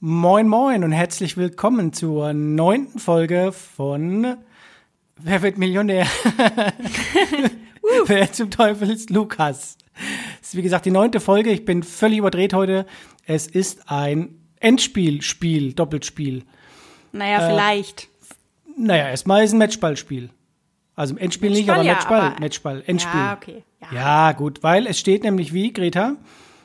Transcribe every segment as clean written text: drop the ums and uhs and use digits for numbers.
Moin Moin und herzlich willkommen zur 9. Folge von Wer wird Millionär? Wer zum Teufel ist Lukas? Das ist wie gesagt die 9. Folge, ich bin völlig überdreht heute. Es ist ein Endspiel-Spiel, Doppelspiel. Naja, vielleicht. Naja, erstmal ist ein Matchballspiel. Also Endspiel nicht, aber Matchball, aber Matchball, Endspiel. Ja, okay. Ja, gut, weil es steht nämlich wie, Greta?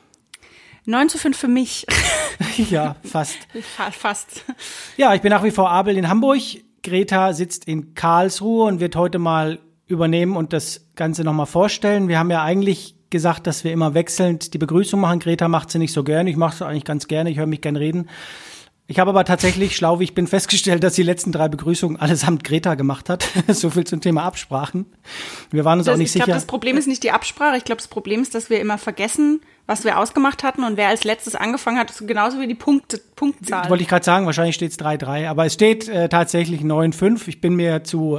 9:5 für mich. Ja, fast. Fast. Ja, ich bin nach wie vor Abel in Hamburg. Greta sitzt in Karlsruhe und wird heute mal übernehmen und das Ganze nochmal vorstellen. Wir haben ja eigentlich gesagt, dass wir immer wechselnd die Begrüßung machen. Greta macht sie nicht so gerne. Ich mache sie eigentlich ganz gerne. Ich höre mich gern reden. Ich habe aber tatsächlich, schlau wie ich bin, festgestellt, dass die letzten 3 Begrüßungen allesamt Greta gemacht hat. So viel zum Thema Absprachen. Wir waren uns auch nicht sicher. Ich glaube, das Problem ist nicht die Absprache. Ich glaube, das Problem ist, dass wir immer vergessen, was wir ausgemacht hatten. Und wer als letztes angefangen hat, ist genauso wie die Punktzahl. Wollte ich gerade sagen, wahrscheinlich steht es 3-3. Aber es steht tatsächlich 9-5. Ich bin mir zu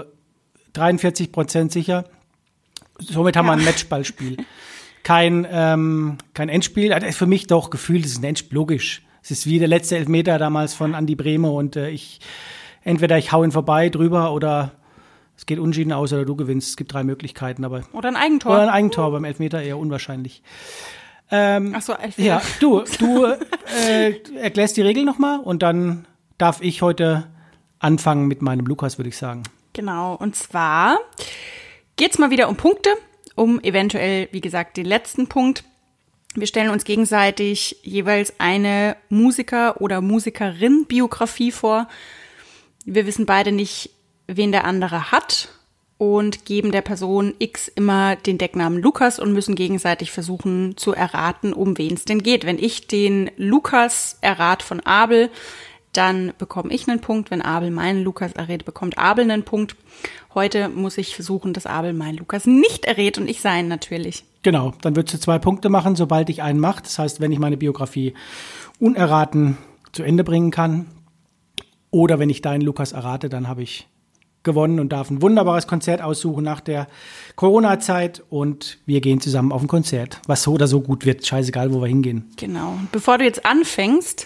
43% sicher. Somit haben wir ein Matchballspiel. Kein Endspiel. Also für mich doch gefühlt, es ist ein Endspiel, logisch. Es ist wie der letzte Elfmeter damals von Andi Brehme und entweder ich hau ihn vorbei, drüber oder es geht unschieden aus oder du gewinnst. Es gibt 3 Möglichkeiten. Aber oder ein Eigentor. Oder ein Eigentor, beim Elfmeter eher unwahrscheinlich. Ach so, Elfmeter. Ja, du erklärst die Regeln nochmal und dann darf ich heute anfangen mit meinem Lukas, würde ich sagen. Genau, und zwar geht's mal wieder um Punkte, um eventuell, wie gesagt, den letzten Punkt. Wir stellen uns gegenseitig jeweils eine Musiker- oder Musikerin-Biografie vor. Wir wissen beide nicht, wen der andere hat und geben der Person X immer den Decknamen Lukas und müssen gegenseitig versuchen zu erraten, um wen es denn geht. Wenn ich den Lukas errate von Abel, dann bekomme ich einen Punkt. Wenn Abel meinen Lukas errät, bekommt Abel einen Punkt. Heute muss ich versuchen, dass Abel meinen Lukas nicht errät und ich seinen natürlich. Genau, dann würdest du 2 Punkte machen, sobald ich einen mache. Das heißt, wenn ich meine Biografie unerraten zu Ende bringen kann oder wenn ich deinen Lukas errate, dann habe ich gewonnen und darf ein wunderbares Konzert aussuchen nach der Corona-Zeit und wir gehen zusammen auf ein Konzert, was so oder so gut wird. Scheißegal, wo wir hingehen. Genau. Bevor du jetzt anfängst,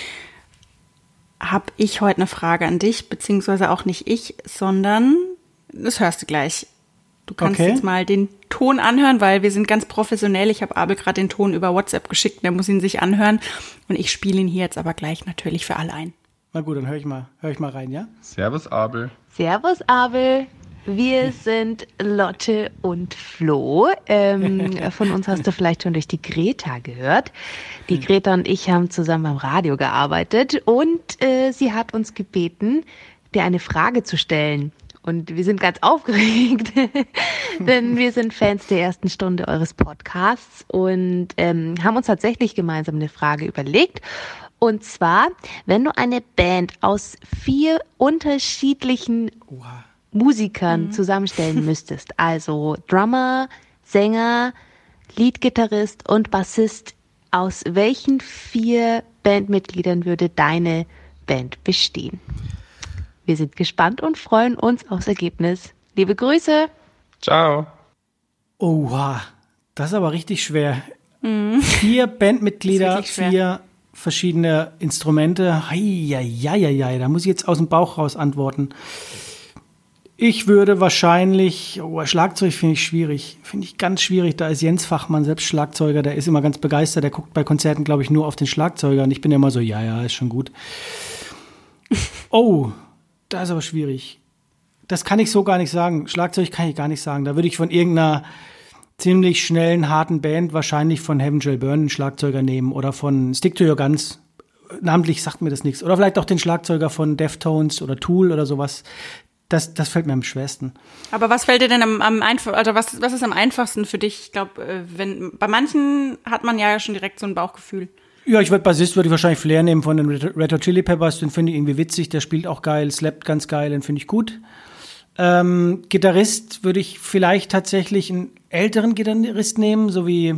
habe ich heute eine Frage an dich, beziehungsweise auch nicht ich, sondern das hörst du gleich. Du kannst jetzt mal den Ton anhören, weil wir sind ganz professionell. Ich habe Abel gerade den Ton über WhatsApp geschickt, der muss ihn sich anhören. Und ich spiele ihn hier jetzt aber gleich natürlich für alle ein. Na gut, dann hör ich mal rein, ja? Servus, Abel. Servus, Abel. Wir sind Lotte und Flo. Von uns hast du vielleicht schon durch die Greta gehört. Die Greta und ich haben zusammen beim Radio gearbeitet und sie hat uns gebeten, dir eine Frage zu stellen. Und wir sind ganz aufgeregt, denn wir sind Fans der ersten Stunde eures Podcasts und haben uns tatsächlich gemeinsam eine Frage überlegt. Und zwar, wenn du eine Band aus 4 unterschiedlichen Musikern zusammenstellen müsstest, also Drummer, Sänger, Leadgitarrist und Bassist, aus welchen 4 Bandmitgliedern würde deine Band bestehen? Wir sind gespannt und freuen uns aufs Ergebnis. Liebe Grüße. Ciao. Oha, das ist aber richtig schwer. 4 Bandmitglieder, 4 verschiedene Instrumente. Heieieiei, da muss ich jetzt aus dem Bauch raus antworten. Ich würde wahrscheinlich, Schlagzeug finde ich schwierig. Finde ich ganz schwierig. Da ist Jens Fachmann, selbst Schlagzeuger, der ist immer ganz begeistert. Der guckt bei Konzerten, glaube ich, nur auf den Schlagzeuger. Und ich bin ja immer so, ja, ist schon gut. Oh, das ist aber schwierig. Das kann ich so gar nicht sagen. Schlagzeug kann ich gar nicht sagen. Da würde ich von irgendeiner ziemlich schnellen, harten Band wahrscheinlich von Heaven Shall Burn einen Schlagzeuger nehmen oder von Stick to Your Guns. Namentlich sagt mir das nichts. Oder vielleicht auch den Schlagzeuger von Deftones oder Tool oder sowas. Das fällt mir am schwersten. Aber was fällt dir denn am einfachsten, also was ist am einfachsten für dich? Ich glaube, bei manchen hat man ja schon direkt so ein Bauchgefühl. Ja, Bassist würde ich wahrscheinlich Flair nehmen von den Red Hot Chili Peppers, den finde ich irgendwie witzig, der spielt auch geil, slappt ganz geil, den finde ich gut. Gitarrist würde ich vielleicht tatsächlich einen älteren Gitarrist nehmen, so wie,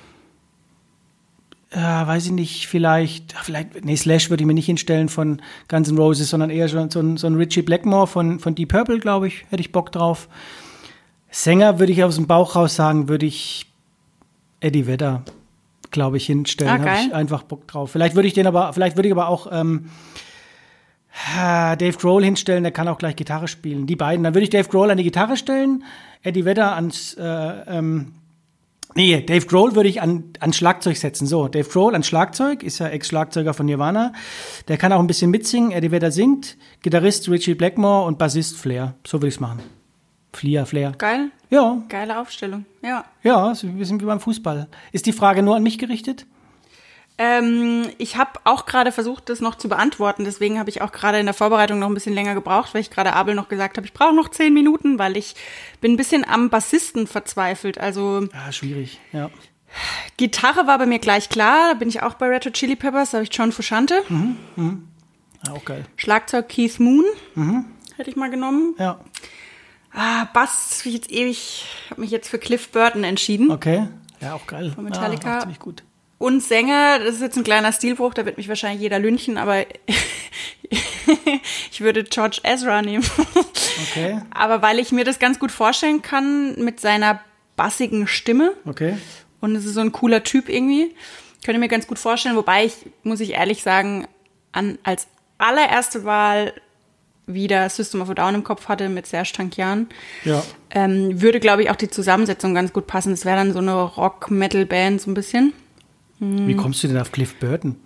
weiß ich nicht, vielleicht, Slash würde ich mir nicht hinstellen von Guns N' Roses, sondern eher so ein Richie Blackmore von Deep Purple, glaube ich, hätte ich Bock drauf. Sänger würde ich aus dem Bauch raus sagen, würde ich Eddie Vedder. glaube ich, hinstellen. Habe ich einfach Bock drauf. Vielleicht würde ich aber auch Dave Grohl hinstellen, der kann auch gleich Gitarre spielen. Die beiden. Dann würde ich Dave Grohl an die Gitarre stellen, Eddie Vedder Dave Grohl würde ich an Schlagzeug setzen. So, Dave Grohl an Schlagzeug, ist ja Ex-Schlagzeuger von Nirvana. Der kann auch ein bisschen mitsingen. Eddie Vedder singt. Gitarrist Ritchie Blackmore und Bassist Flair. So würde ich es machen. Flair. Geil. Ja. Geile Aufstellung, ja. Ja, wir sind wie beim Fußball. Ist die Frage nur an mich gerichtet? Ich habe auch gerade versucht, das noch zu beantworten. Deswegen habe ich auch gerade in der Vorbereitung noch ein bisschen länger gebraucht, weil ich gerade Abel noch gesagt habe, ich brauche noch 10 Minuten, weil ich bin ein bisschen am Bassisten verzweifelt. Also schwierig, ja. Gitarre war bei mir gleich klar. Da bin ich auch bei Red Hot Chili Peppers, da habe ich John Frusciante. Ja, auch geil. Schlagzeug Keith Moon hätte ich mal genommen. Ja. Bass, habe mich jetzt für Cliff Burton entschieden. Okay, ja, auch geil. Von Metallica. Ziemlich gut. Und Sänger, das ist jetzt ein kleiner Stilbruch, da wird mich wahrscheinlich jeder lynchen, aber ich würde George Ezra nehmen. Okay. Aber weil ich mir das ganz gut vorstellen kann mit seiner bassigen Stimme. Okay. Und es ist so ein cooler Typ irgendwie. Könnte mir ganz gut vorstellen, wobei muss ich ehrlich sagen, als allererste Wahl wieder System of a Down im Kopf hatte mit Serj Tankian. Ja. Würde, glaube ich, auch die Zusammensetzung ganz gut passen. Es wäre dann so eine Rock-Metal-Band so ein bisschen. Wie kommst du denn auf Cliff Burton?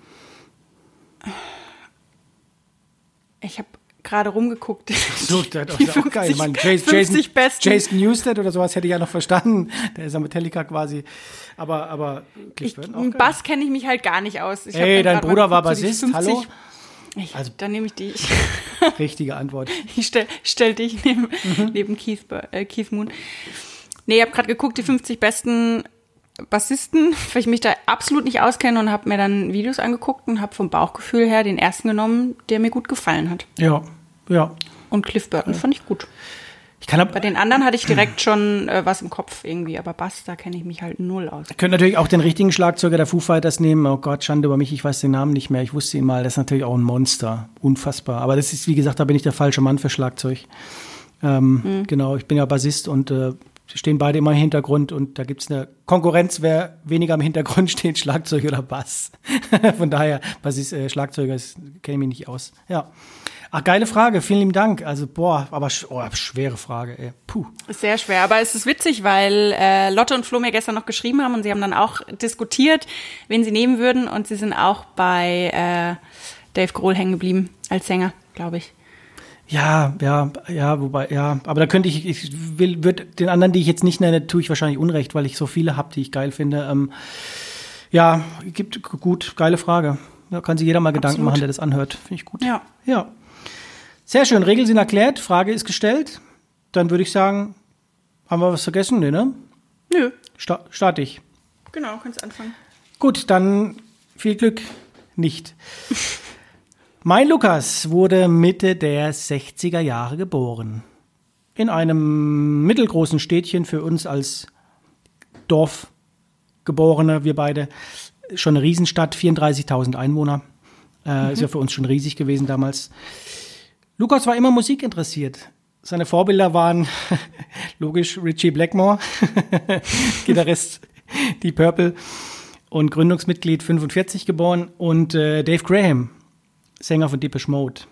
Ich habe gerade rumgeguckt. So, das ist auch geil. Man, Jason Newsted oder sowas hätte ich ja noch verstanden. Der ist ja Metallica quasi. Aber Cliff Burton auch geil. Bass kenne ich mich halt gar nicht aus. Hey, dein Bruder war Bassist, hallo? Dann nehme ich dich. Richtige Antwort. Ich stell dich neben Keith Moon. Nee, ich habe gerade geguckt, die 50 besten Bassisten, weil ich mich da absolut nicht auskenne und habe mir dann Videos angeguckt und habe vom Bauchgefühl her den ersten genommen, der mir gut gefallen hat. Ja. Und Cliff Burton fand ich gut. Bei den anderen hatte ich direkt schon was im Kopf irgendwie, aber Bass, da kenne ich mich halt null aus. Ihr könnt natürlich auch den richtigen Schlagzeuger der Foo Fighters nehmen. Oh Gott, Schande über mich, ich weiß den Namen nicht mehr. Ich wusste ihn mal, das ist natürlich auch ein Monster. Unfassbar. Aber das ist, wie gesagt, da bin ich der falsche Mann für Schlagzeug. Genau, ich bin ja Bassist und stehen beide immer im Hintergrund und da gibt's eine Konkurrenz, wer weniger im Hintergrund steht, Schlagzeug oder Bass. Von daher, Schlagzeuger kenne ich mich nicht aus. Ja. Ach, geile Frage, vielen lieben Dank. Also, schwere Frage, ey. Puh. Ist sehr schwer, aber es ist witzig, weil Lotte und Flo mir gestern noch geschrieben haben und sie haben dann auch diskutiert, wen sie nehmen würden und sie sind auch bei Dave Grohl hängen geblieben als Sänger, glaube ich. Ja, aber da könnte würde den anderen, die ich jetzt nicht nenne, tue ich wahrscheinlich Unrecht, weil ich so viele habe, die ich geil finde. Geile Frage. Da kann sich jeder mal Gedanken machen, der das anhört. Finde ich gut. Ja. Sehr schön, Regeln sind erklärt, Frage ist gestellt. Dann würde ich sagen, haben wir was vergessen? Nee, ne? Nö. Starte ich. Genau, kannst anfangen. Gut, dann viel Glück nicht. Mein Lukas wurde Mitte der 60er Jahre geboren. In einem mittelgroßen Städtchen, für uns als Dorfgeborene, wir beide, schon eine Riesenstadt, 34.000 Einwohner. Ist ja für uns schon riesig gewesen damals. Lukas war immer musikinteressiert. Seine Vorbilder waren, logisch, Ritchie Blackmore, Gitarrist Deep Purple und Gründungsmitglied 45 geboren, und Dave Graham, Sänger von Depeche Mode.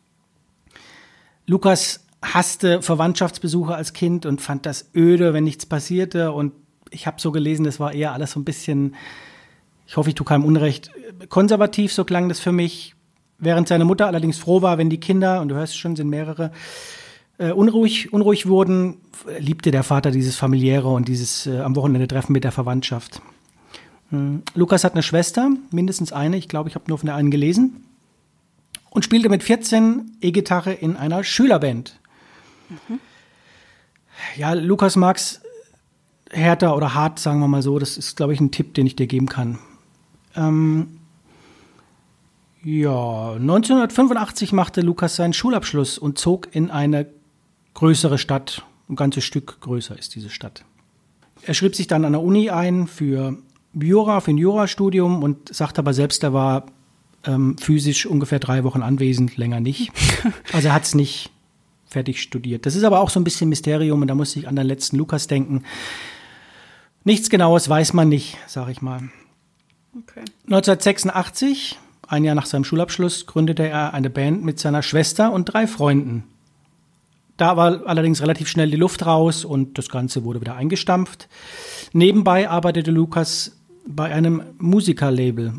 Lukas hasste Verwandtschaftsbesuche als Kind und fand das öde, wenn nichts passierte. Und ich habe so gelesen, das war eher alles so ein bisschen, ich hoffe, ich tue keinem Unrecht, konservativ, so klang das für mich. Während seine Mutter allerdings froh war, wenn die Kinder, und du hörst schon, sind mehrere, unruhig wurden, liebte der Vater dieses familiäre und dieses am Wochenende Treffen mit der Verwandtschaft. Lukas hat eine Schwester, mindestens eine, ich glaube, ich habe nur von der einen gelesen, und spielte mit 14 E-Gitarre in einer Schülerband. Ja, Lukas mag's härter oder hart, sagen wir mal so. Das ist, glaube ich, ein Tipp, den ich dir geben kann. 1985 machte Lukas seinen Schulabschluss und zog in eine größere Stadt. Ein ganzes Stück größer ist diese Stadt. Er schrieb sich dann an der Uni ein für ein Jurastudium und sagte aber selbst, er war physisch ungefähr 3 Wochen anwesend, länger nicht. Also er hat es nicht fertig studiert. Das ist aber auch so ein bisschen Mysterium und da musste ich an den letzten Lukas denken. Nichts Genaues weiß man nicht, sag ich mal. Okay. 1986, ein Jahr nach seinem Schulabschluss, gründete er eine Band mit seiner Schwester und 3 Freunden. Da war allerdings relativ schnell die Luft raus und das Ganze wurde wieder eingestampft. Nebenbei arbeitete Lukas bei einem Musiklabel.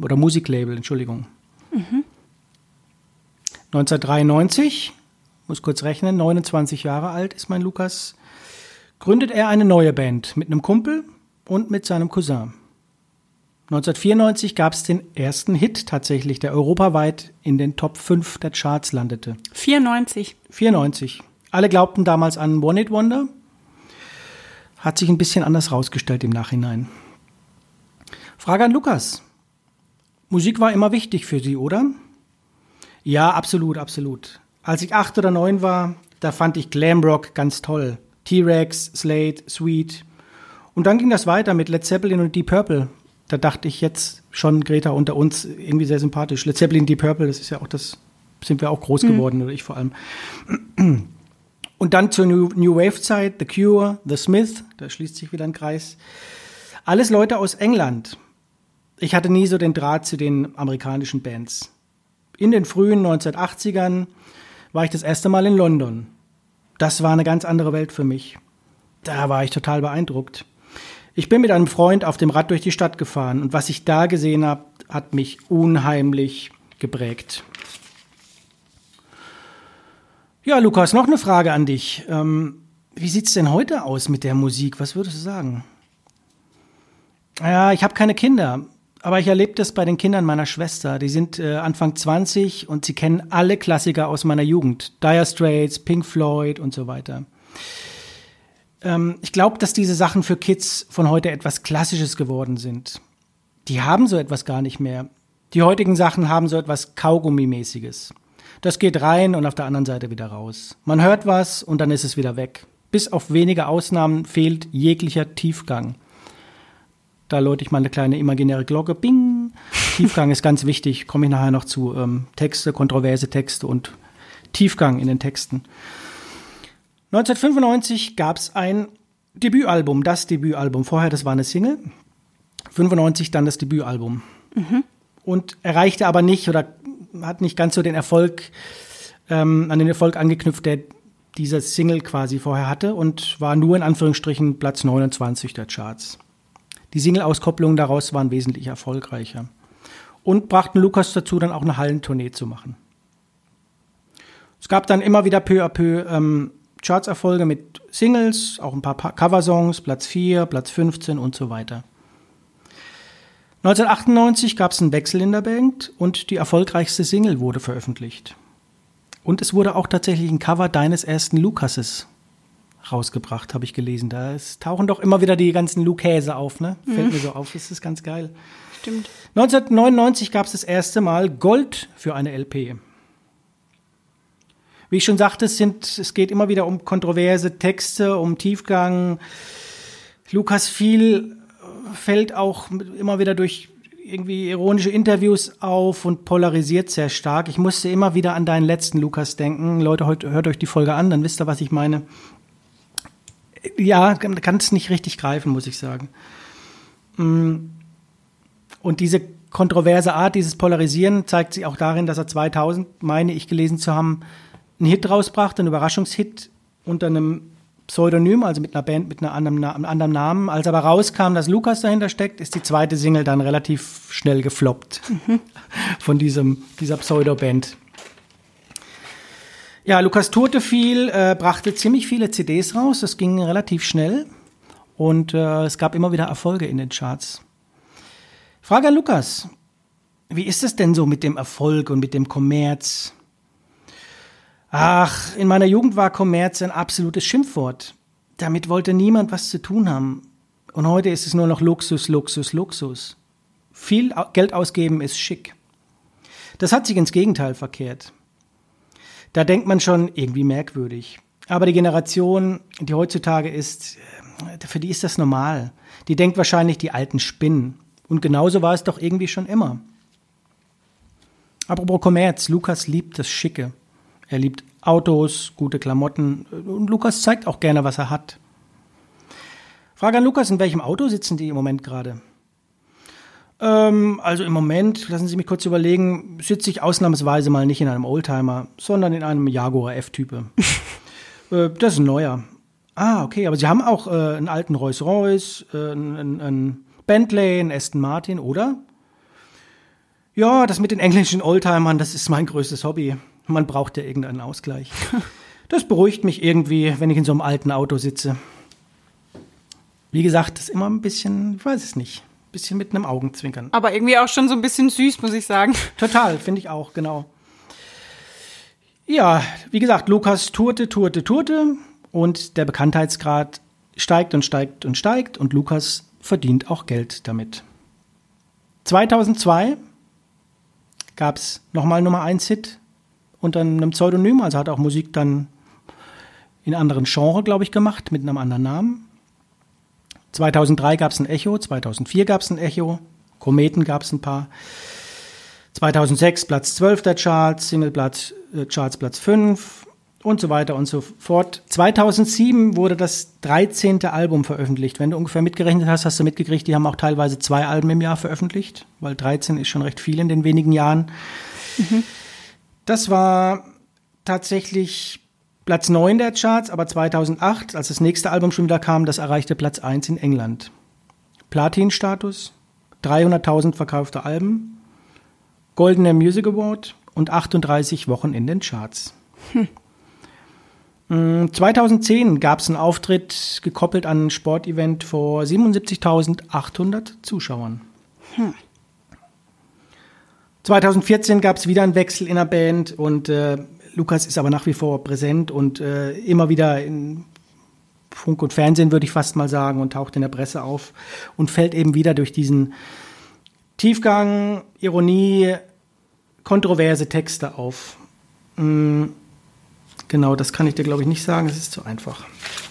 1993, muss kurz rechnen, 29 Jahre alt ist mein Lukas, gründet er eine neue Band mit einem Kumpel und mit seinem Cousin. 1994 gab es den ersten Hit tatsächlich, der europaweit in den Top 5 der Charts landete. 94. Alle glaubten damals an One Hit Wonder. Hat sich ein bisschen anders rausgestellt im Nachhinein. Frage an Lukas. Musik war immer wichtig für Sie, oder? Ja, absolut. Als ich 8 oder 9 war, da fand ich Glamrock ganz toll. T-Rex, Slade, Sweet. Und dann ging das weiter mit Led Zeppelin und Deep Purple. Da dachte ich jetzt schon, Greta unter uns, irgendwie sehr sympathisch. Led Zeppelin, Deep Purple, das ist ja auch sind wir auch groß geworden, oder ich vor allem. Und dann zur New Wave-Zeit, The Cure, The Smiths, da schließt sich wieder ein Kreis. Alles Leute aus England. Ich hatte nie so den Draht zu den amerikanischen Bands. In den frühen 1980ern war ich das erste Mal in London. Das war eine ganz andere Welt für mich. Da war ich total beeindruckt. Ich bin mit einem Freund auf dem Rad durch die Stadt gefahren und was ich da gesehen habe, hat mich unheimlich geprägt. Ja, Lukas, noch eine Frage an dich. Wie sieht's denn heute aus mit der Musik? Was würdest du sagen? Ja, ich habe keine Kinder, aber ich erlebe das bei den Kindern meiner Schwester. Die sind Anfang 20 und sie kennen alle Klassiker aus meiner Jugend. Dire Straits, Pink Floyd und so weiter. Ich glaube, dass diese Sachen für Kids von heute etwas Klassisches geworden sind. Die haben so etwas gar nicht mehr. Die heutigen Sachen haben so etwas Kaugummi-mäßiges. Das geht rein und auf der anderen Seite wieder raus. Man hört was und dann ist es wieder weg. Bis auf wenige Ausnahmen fehlt jeglicher Tiefgang. Da läute ich mal eine kleine imaginäre Glocke. Bing! Tiefgang ist ganz wichtig. Komme ich nachher noch zu. Texte, kontroverse Texte und Tiefgang in den Texten. 1995 gab es ein Debütalbum, das Debütalbum. Vorher, das war eine Single. 95 dann das Debütalbum. Und erreichte aber nicht oder hat nicht ganz so den Erfolg, an den Erfolg angeknüpft, der dieser Single quasi vorher hatte und war nur in Anführungsstrichen Platz 29 der Charts. Die Single-Auskopplungen daraus waren wesentlich erfolgreicher und brachten Lukas dazu, dann auch eine Hallentournee zu machen. Es gab dann immer wieder peu à peu Charts-Erfolge mit Singles, auch ein paar Coversongs, Platz 4, Platz 15 und so weiter. 1998 gab es einen Wechsel in der Band und die erfolgreichste Single wurde veröffentlicht. Und es wurde auch tatsächlich ein Cover deines ersten Lukases rausgebracht, habe ich gelesen. Da tauchen doch immer wieder die ganzen Lukäse auf, ne? Fällt mir so auf, das ist ganz geil. Stimmt. 1999 gab es das erste Mal Gold für eine LP. Wie ich schon sagte, es geht immer wieder um kontroverse Texte, um Tiefgang. Lukas fällt auch immer wieder durch irgendwie ironische Interviews auf und polarisiert sehr stark. Ich musste immer wieder an deinen letzten Lukas denken. Leute, hört euch die Folge an, dann wisst ihr, was ich meine. Ja, kann es nicht richtig greifen, muss ich sagen. Und diese kontroverse Art, dieses Polarisieren, zeigt sich auch darin, dass er 2000, meine ich gelesen zu haben, einen Hit rausbrachte, einen Überraschungshit unter einem Pseudonym, also mit einer Band mit einem anderen Namen. Als aber rauskam, dass Lukas dahinter steckt, ist die zweite Single dann relativ schnell gefloppt von dieser Pseudo-Band. Ja, Lukas tourte viel, brachte ziemlich viele CDs raus, das ging relativ schnell und es gab immer wieder Erfolge in den Charts. Frage an Lukas, wie ist es denn so mit dem Erfolg und mit dem Kommerz? Ach, in meiner Jugend war Kommerz ein absolutes Schimpfwort. Damit wollte niemand was zu tun haben. Und heute ist es nur noch Luxus, Luxus, Luxus. Viel Geld ausgeben ist schick. Das hat sich ins Gegenteil verkehrt. Da denkt man schon irgendwie merkwürdig. Aber die Generation, die heutzutage ist, für die ist das normal. Die denkt wahrscheinlich, die Alten spinnen. Und genauso war es doch irgendwie schon immer. Apropos Kommerz, Lukas liebt das Schicke. Er liebt Autos, gute Klamotten und Lukas zeigt auch gerne, was er hat. Frage an Lukas, in welchem Auto sitzen die im Moment gerade? Also im Moment, lassen Sie mich kurz überlegen, sitze ich ausnahmsweise mal nicht in einem Oldtimer, sondern in einem Jaguar F-Type. Das ist ein neuer. Ah, okay, aber Sie haben auch einen alten Rolls-Royce, einen Bentley, einen Aston Martin, oder? Ja, das mit den englischen Oldtimern, das ist mein größtes Hobby. Man braucht ja irgendeinen Ausgleich. Das beruhigt mich irgendwie, wenn ich in so einem alten Auto sitze. Wie gesagt, das ist immer ein bisschen, ich weiß es nicht, ein bisschen mit einem Augenzwinkern. Aber irgendwie auch schon so ein bisschen süß, muss ich sagen. Total, finde ich auch, genau. Ja, wie gesagt, Lukas tourte und der Bekanntheitsgrad steigt und steigt und steigt und Lukas verdient auch Geld damit. 2002 gab es nochmal Nummer 1 Hit unter einem Pseudonym, also hat auch Musik dann in anderen Genre, glaube ich, gemacht, mit einem anderen Namen. 2003 gab es ein Echo, 2004 gab es ein Echo, Kometen gab es ein paar. 2006 Platz 12 der Charts, Charts Platz 5 und so weiter und so fort. 2007 wurde das 13. Album veröffentlicht. Wenn du ungefähr mitgerechnet hast, hast du mitgekriegt, die haben auch teilweise 2 Alben im Jahr veröffentlicht, weil 13 ist schon recht viel in den wenigen Jahren. Mhm. Das war tatsächlich Platz 9 der Charts, aber 2008, als das nächste Album schon wieder kam, das erreichte Platz 1 in England. Platin-Status, 300.000 verkaufte Alben, Goldener Music Award und 38 Wochen in den Charts. 2010 gab es einen Auftritt, gekoppelt an ein Sportevent vor 77.800 Zuschauern. 2014 gab es wieder einen Wechsel in der Band und Lukas ist aber nach wie vor präsent und immer wieder in Funk und Fernsehen, würde ich fast mal sagen, und taucht in der Presse auf und fällt eben wieder durch diesen Tiefgang, Ironie, kontroverse Texte auf. Genau, das kann ich dir, glaube ich, nicht sagen, das ist zu einfach.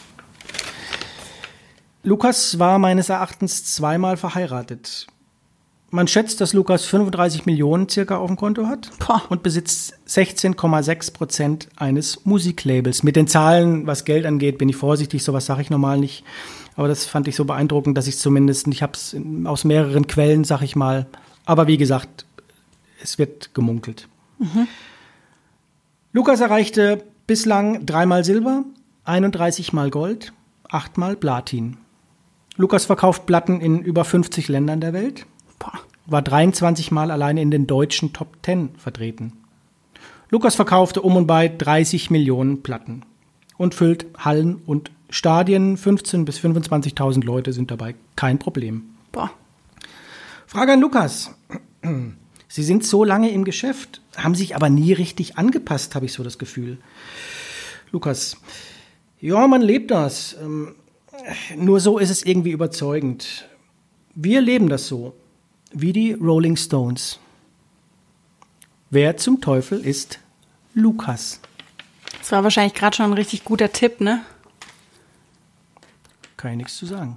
Lukas war meines Erachtens 2-mal verheiratet. Man schätzt, dass Lukas 35 Millionen circa auf dem Konto hat und besitzt 16,6% eines Musiklabels. Mit den Zahlen, was Geld angeht, bin ich vorsichtig, sowas sage ich normal nicht. Aber das fand ich so beeindruckend, dass ich es zumindest, ich habe es aus mehreren Quellen, sag ich mal. Aber wie gesagt, es wird gemunkelt. Mhm. Lukas erreichte bislang 3-mal Silber, 31-mal Gold, 8-mal Platin. Lukas verkauft Platten in über 50 Ländern der Welt. War 23 Mal alleine in den deutschen Top 10 vertreten. Lukas verkaufte um und bei 30 Millionen Platten und füllt Hallen und Stadien. 15.000 bis 25.000 Leute sind dabei kein Problem. Boah. Frage an Lukas. Sie sind so lange im Geschäft, haben sich aber nie richtig angepasst, habe ich so das Gefühl. Lukas, ja, man lebt das. Nur so ist es irgendwie überzeugend. Wir leben das so. Wie die Rolling Stones. Wer zum Teufel ist Lukas? Das war wahrscheinlich gerade schon ein richtig guter Tipp, ne? Kann ich nichts zu sagen.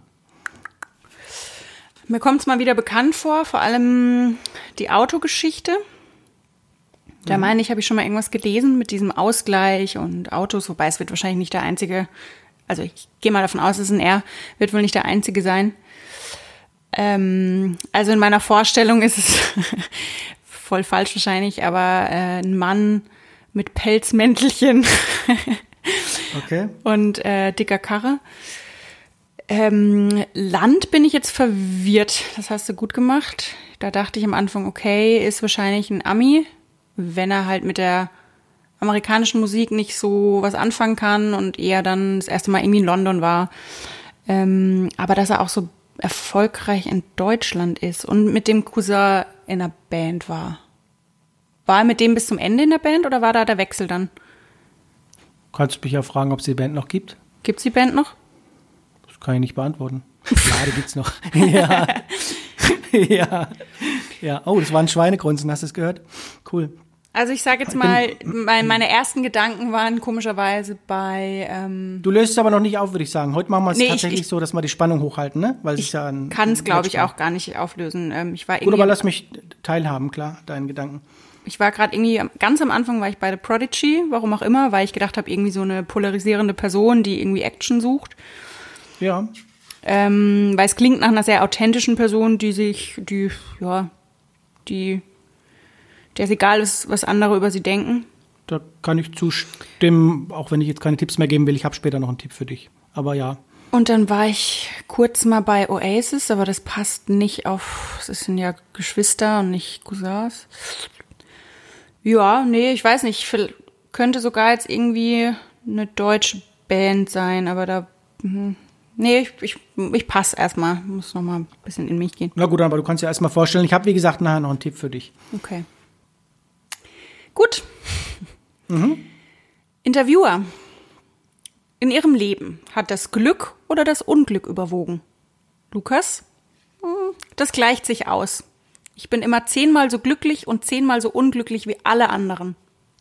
Mir kommt es mal wieder bekannt vor, vor allem die Autogeschichte. Da meine ich, habe ich schon mal irgendwas gelesen mit diesem Ausgleich und Autos, wobei es wird wahrscheinlich nicht der einzige, also ich gehe mal davon aus, es ist ein R, wird wohl nicht der einzige sein. Also in meiner Vorstellung ist es voll falsch wahrscheinlich, aber ein Mann mit Pelzmäntelchen okay. und dicker Karre. Land bin ich jetzt verwirrt, das hast du gut gemacht. Da dachte ich am Anfang, okay, ist wahrscheinlich ein Ami, wenn er halt mit der amerikanischen Musik nicht so was anfangen kann und eher dann das erste Mal irgendwie in London war. Aber dass er auch so erfolgreich in Deutschland ist und mit dem Cousin in der Band war. War er mit dem bis zum Ende in der Band oder war da der Wechsel dann? Kannst du mich ja fragen, ob es die Band noch gibt? Gibt es die Band noch? Das kann ich nicht beantworten. Ja, die gibt's noch. Ja. Ja. Oh, das war ein Schweinegrunzen, hast du es gehört? Cool. Also ich sage jetzt mal, meine ersten Gedanken waren komischerweise bei... Du löst es aber noch nicht auf, würde ich sagen. Heute machen wir es tatsächlich so, dass wir die Spannung hochhalten, ne? Weil ich kann es, glaube ich, auch gar nicht auflösen. Gut, aber lass mich teilhaben, klar, deinen Gedanken. Ich war gerade irgendwie, ganz am Anfang war ich bei The Prodigy, warum auch immer, weil ich gedacht habe, irgendwie so eine polarisierende Person, die irgendwie Action sucht. Ja. weil es klingt nach einer sehr authentischen Person, der es egal ist, was andere über sie denken. Da kann ich zustimmen, auch wenn ich jetzt keine Tipps mehr geben will. Ich habe später noch einen Tipp für dich. Aber ja. Und dann war ich kurz mal bei Oasis, aber das passt nicht auf, es sind ja Geschwister und nicht Cousins. Ja, nee, ich weiß nicht, könnte sogar jetzt irgendwie eine deutsche Band sein, aber da, nee, ich passe erstmal, muss noch mal ein bisschen in mich gehen. Na gut, aber du kannst dir erstmal vorstellen, ich habe, wie gesagt, nachher noch einen Tipp für dich. Okay. Gut. Interviewer. In ihrem Leben hat das Glück oder das Unglück überwogen? Lukas? Das gleicht sich aus. Ich bin immer 10-mal so glücklich und 10-mal so unglücklich wie alle anderen.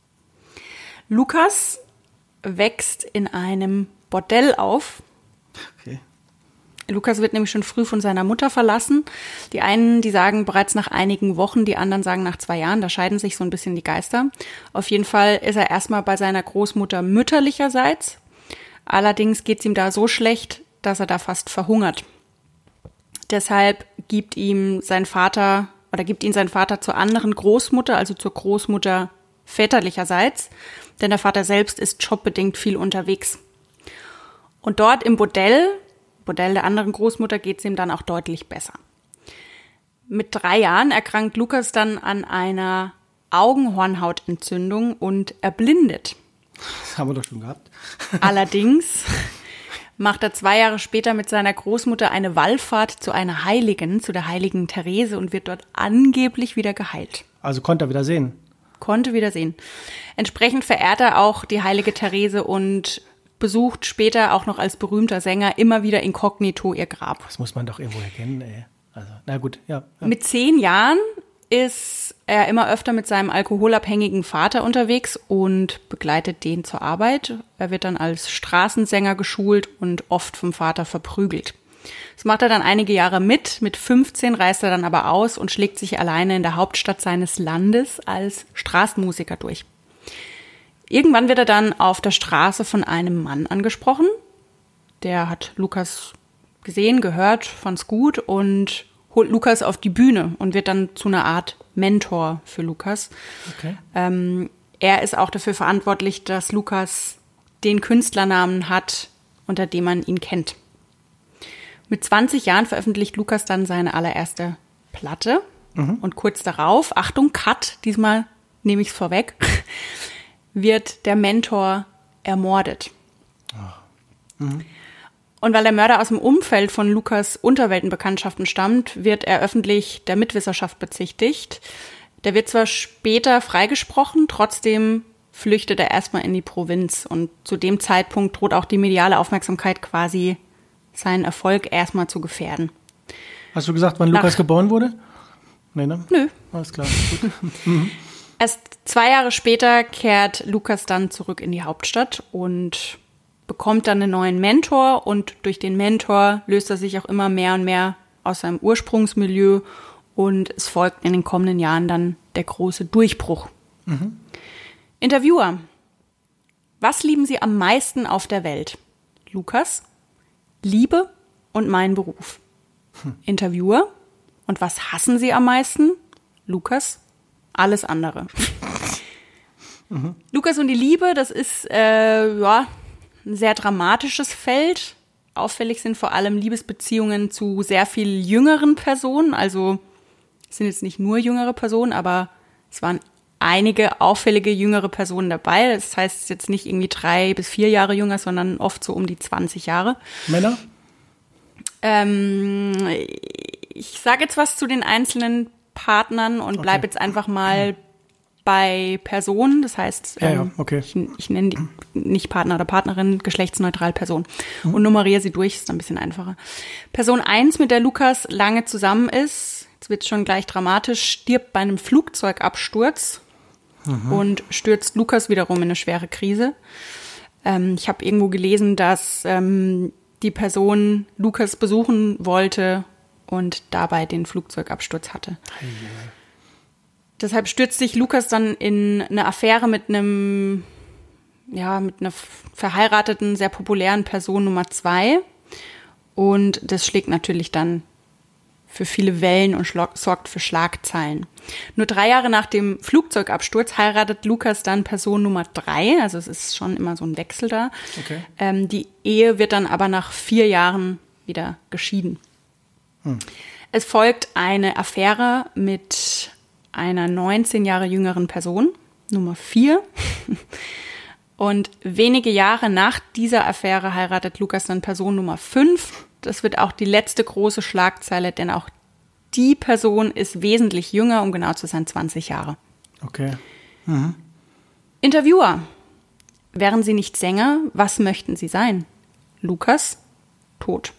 Lukas wächst in einem Bordell auf. Okay. Lukas wird nämlich schon früh von seiner Mutter verlassen. Die einen, die sagen bereits nach einigen Wochen, die anderen sagen nach 2 Jahren. Da scheiden sich so ein bisschen die Geister. Auf jeden Fall ist er erstmal bei seiner Großmutter mütterlicherseits. Allerdings geht es ihm da so schlecht, dass er da fast verhungert. Deshalb gibt ihn sein Vater zur anderen Großmutter, also zur Großmutter väterlicherseits, denn der Vater selbst ist jobbedingt viel unterwegs. Und dort im Bordell der anderen Großmutter, geht es ihm dann auch deutlich besser. Mit 3 Jahren erkrankt Lukas dann an einer Augenhornhautentzündung und erblindet. Das haben wir doch schon gehabt. Allerdings macht er 2 Jahre später mit seiner Großmutter eine Wallfahrt zu einer Heiligen, zu der heiligen Therese, und wird dort angeblich wieder geheilt. Also konnte er wieder sehen. Konnte wieder sehen. Entsprechend verehrt er auch die heilige Therese und besucht später auch noch als berühmter Sänger immer wieder inkognito ihr Grab. Das muss man doch irgendwo erkennen, ey. Also, na gut, ja. Mit 10 Jahren ist er immer öfter mit seinem alkoholabhängigen Vater unterwegs und begleitet den zur Arbeit. Er wird dann als Straßensänger geschult und oft vom Vater verprügelt. Das macht er dann einige Jahre mit. Mit 15 reist er dann aber aus und schlägt sich alleine in der Hauptstadt seines Landes als Straßenmusiker durch. Irgendwann wird er dann auf der Straße von einem Mann angesprochen. Der hat Lukas gesehen, gehört, fand's gut und holt Lukas auf die Bühne und wird dann zu einer Art Mentor für Lukas. Okay. Er ist auch dafür verantwortlich, dass Lukas den Künstlernamen hat, unter dem man ihn kennt. Mit 20 Jahren veröffentlicht Lukas dann seine allererste Platte. Und kurz darauf, Achtung, Cut, diesmal nehme ich es vorweg, wird der Mentor ermordet. Und weil der Mörder aus dem Umfeld von Lukas Unterweltenbekanntschaften stammt, wird er öffentlich der Mitwisserschaft bezichtigt. Der wird zwar später freigesprochen, trotzdem flüchtet er erstmal in die Provinz. Und zu dem Zeitpunkt droht auch die mediale Aufmerksamkeit quasi seinen Erfolg erstmal zu gefährden. Hast du gesagt, wann Lukas geboren wurde? Nee, ne? Nö. Alles klar. Gut. Erst 2 Jahre später kehrt Lukas dann zurück in die Hauptstadt und bekommt dann einen neuen Mentor. Und durch den Mentor löst er sich auch immer mehr und mehr aus seinem Ursprungsmilieu. Und es folgt in den kommenden Jahren dann der große Durchbruch. Interviewer. Was lieben Sie am meisten auf der Welt? Lukas, Liebe und meinen Beruf. Interviewer. Und was hassen Sie am meisten? Lukas, alles andere. Lukas und die Liebe, das ist ein sehr dramatisches Feld. Auffällig sind vor allem Liebesbeziehungen zu sehr viel jüngeren Personen. Also es sind jetzt nicht nur jüngere Personen, aber es waren einige auffällige jüngere Personen dabei. Das heißt jetzt nicht irgendwie 3 bis 4 Jahre jünger, sondern oft so um die 20 Jahre. Männer? Ich sage jetzt was zu den einzelnen Partnern und bleib jetzt einfach mal bei Personen. Das heißt, okay. ich nenne die nicht Partner oder Partnerin, geschlechtsneutral Person und nummeriere sie durch, ist ein bisschen einfacher. Person 1, mit der Lukas lange zusammen ist, jetzt wird es schon gleich dramatisch, stirbt bei einem Flugzeugabsturz und stürzt Lukas wiederum in eine schwere Krise. Ich habe irgendwo gelesen, dass die Person Lukas besuchen wollte und dabei den Flugzeugabsturz hatte. Deshalb stürzt sich Lukas dann in eine Affäre mit einer verheirateten, sehr populären Person Nummer 2. Und das schlägt natürlich dann für viele Wellen und sorgt für Schlagzeilen. Nur 3 Jahre nach dem Flugzeugabsturz heiratet Lukas dann Person Nummer 3. Also es ist schon immer so ein Wechsel da. Okay. Die Ehe wird dann aber nach 4 Jahren wieder geschieden. Es folgt eine Affäre mit einer 19 Jahre jüngeren Person, Nummer 4. Und wenige Jahre nach dieser Affäre heiratet Lukas dann Person Nummer 5. Das wird auch die letzte große Schlagzeile, denn auch die Person ist wesentlich jünger, um genau zu sein, 20 Jahre. Okay. Interviewer. Wären Sie nicht Sänger, was möchten Sie sein? Lukas, tot.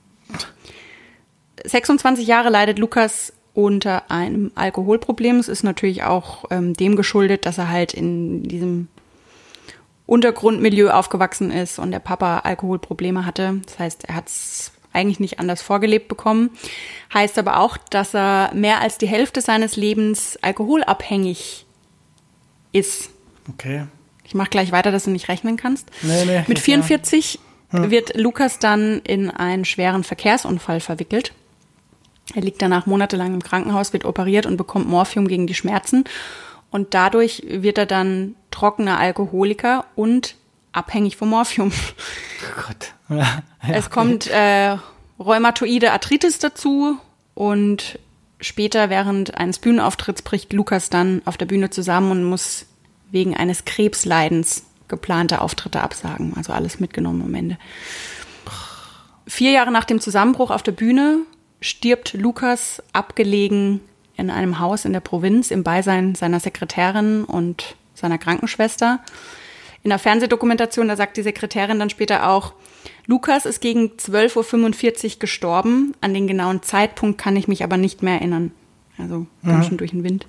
26 Jahre leidet Lukas unter einem Alkoholproblem. Es ist natürlich auch dem geschuldet, dass er halt in diesem Untergrundmilieu aufgewachsen ist und der Papa Alkoholprobleme hatte. Das heißt, er hat es eigentlich nicht anders vorgelebt bekommen. Heißt aber auch, dass er mehr als die Hälfte seines Lebens alkoholabhängig ist. Okay. Ich mache gleich weiter, dass du nicht rechnen kannst. Nee, Mit 44 wird Lukas dann in einen schweren Verkehrsunfall verwickelt. Er liegt danach monatelang im Krankenhaus, wird operiert und bekommt Morphium gegen die Schmerzen. Und dadurch wird er dann trockener Alkoholiker und abhängig vom Morphium. Oh Gott. Ja, Es kommt rheumatoide Arthritis dazu und später während eines Bühnenauftritts bricht Lukas dann auf der Bühne zusammen und muss wegen eines Krebsleidens geplante Auftritte absagen. Also alles mitgenommen am Ende. 4 Jahre nach dem Zusammenbruch auf der Bühne stirbt Lukas abgelegen in einem Haus in der Provinz im Beisein seiner Sekretärin und seiner Krankenschwester. In der Fernsehdokumentation, da sagt die Sekretärin dann später auch, Lukas ist gegen 12:45 Uhr gestorben. An den genauen Zeitpunkt kann ich mich aber nicht mehr erinnern. Also ganz schön durch den Wind.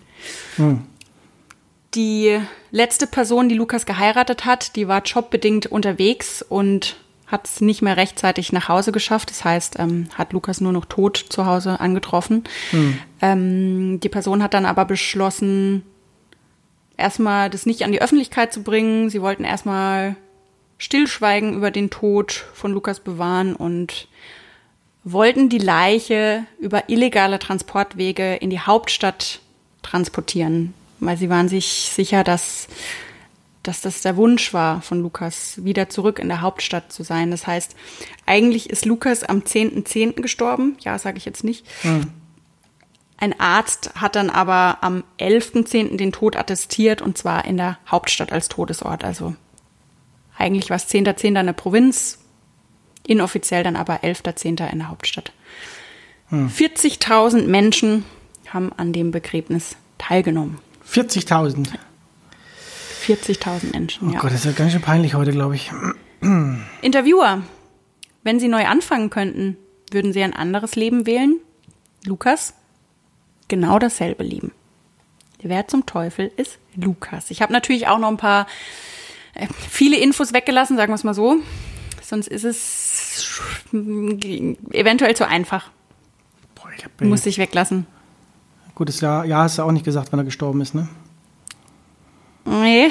Die letzte Person, die Lukas geheiratet hat, die war jobbedingt unterwegs und hat es nicht mehr rechtzeitig nach Hause geschafft. Das heißt, hat Lukas nur noch tot zu Hause angetroffen. Die Person hat dann aber beschlossen, erstmal das nicht an die Öffentlichkeit zu bringen. Sie wollten erstmal Stillschweigen über den Tod von Lukas bewahren und wollten die Leiche über illegale Transportwege in die Hauptstadt transportieren, weil sie waren sich sicher, dass das der Wunsch war von Lukas, wieder zurück in der Hauptstadt zu sein. Das heißt, eigentlich ist Lukas am 10.10. gestorben. Ja, sage ich jetzt nicht. Ein Arzt hat dann aber am 11.10. den Tod attestiert und zwar in der Hauptstadt als Todesort. Also eigentlich war es 10.10. in der Provinz, inoffiziell dann aber 11.10. in der Hauptstadt. 40.000 Menschen haben an dem Begräbnis teilgenommen. 40.000? 40.000 Menschen, ja. Oh Gott, das ist ja ganz schön peinlich heute, glaube ich. Interviewer. Wenn Sie neu anfangen könnten, würden Sie ein anderes Leben wählen? Lukas? Genau dasselbe Leben. Wer zum Teufel ist Lukas? Ich habe natürlich auch noch ein paar, viele Infos weggelassen, sagen wir es mal so. Sonst ist es eventuell zu einfach. Boah, muss ich weglassen. Gutes Jahr hast du auch nicht gesagt, wann er gestorben ist, ne? Nee.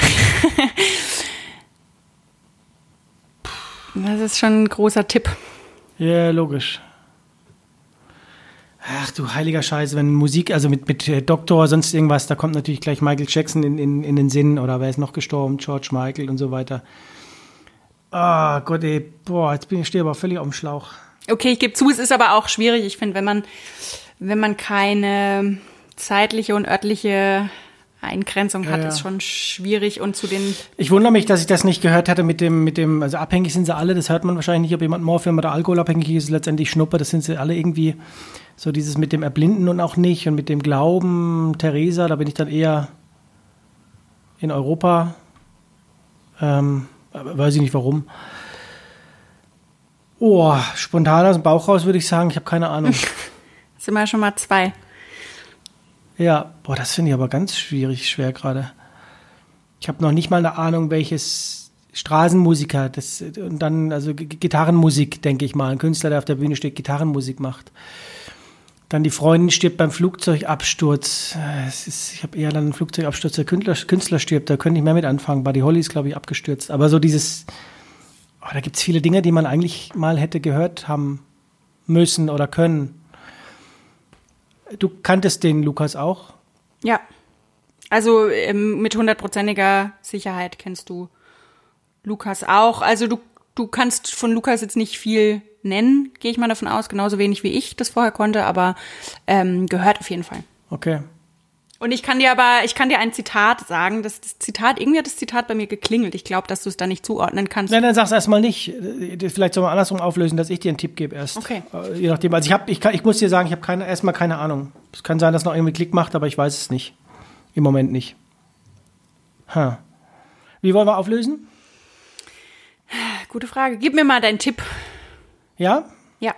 Das ist schon ein großer Tipp. Ja, logisch. Ach du heiliger Scheiße, wenn Musik, also mit Doktor, sonst irgendwas, da kommt natürlich gleich Michael Jackson in den Sinn, oder wer ist noch gestorben? George Michael und so weiter. Ah, Gott, ey, boah, jetzt stehe ich aber völlig auf dem Schlauch. Okay, ich gebe zu, es ist aber auch schwierig. Ich finde, wenn man keine zeitliche und örtliche Eingrenzung hat, ist schon schwierig und zu den... Ich wundere mich, dass ich das nicht gehört hatte mit dem, also abhängig sind sie alle, das hört man wahrscheinlich nicht, ob jemand Morphium oder alkoholabhängig ist, letztendlich Schnuppe, das sind sie alle irgendwie, so dieses mit dem Erblinden und auch nicht und mit dem Glauben, Theresa, da bin ich dann eher in Europa, weiß ich nicht warum. Oh, spontan aus dem Bauch raus würde ich sagen, ich habe keine Ahnung. Das sind wir schon mal 2. Ja, boah, das finde ich aber ganz schwer gerade. Ich habe noch nicht mal eine Ahnung, welches Straßenmusiker, und dann, also Gitarrenmusik, denke ich mal. Ein Künstler, der auf der Bühne steht, Gitarrenmusik macht. Dann die Freundin stirbt beim Flugzeugabsturz. Ich habe eher dann einen Flugzeugabsturz, der Künstler stirbt, da könnte ich mehr mit anfangen. Buddy Holly ist, glaube ich, abgestürzt. Aber so da gibt es viele Dinge, die man eigentlich mal hätte gehört haben müssen oder können. Du kanntest den Lukas auch? Ja. Also mit 100%iger Sicherheit kennst du Lukas auch. Also du kannst von Lukas jetzt nicht viel nennen, gehe ich mal davon aus. Genauso wenig wie ich das vorher konnte, aber gehört auf jeden Fall. Okay. Und ich kann dir ein Zitat sagen. Irgendwie hat das Zitat bei mir geklingelt. Ich glaube, dass du es da nicht zuordnen kannst. Nein, dann sag's erstmal nicht. Vielleicht soll man andersrum auflösen, dass ich dir einen Tipp gebe erst. Okay. Je nachdem. Also ich muss dir sagen, ich habe erstmal keine Ahnung. Es kann sein, dass noch irgendwie Klick macht, aber ich weiß es nicht. Im Moment nicht. Wie wollen wir auflösen? Gute Frage. Gib mir mal deinen Tipp. Ja? Ja.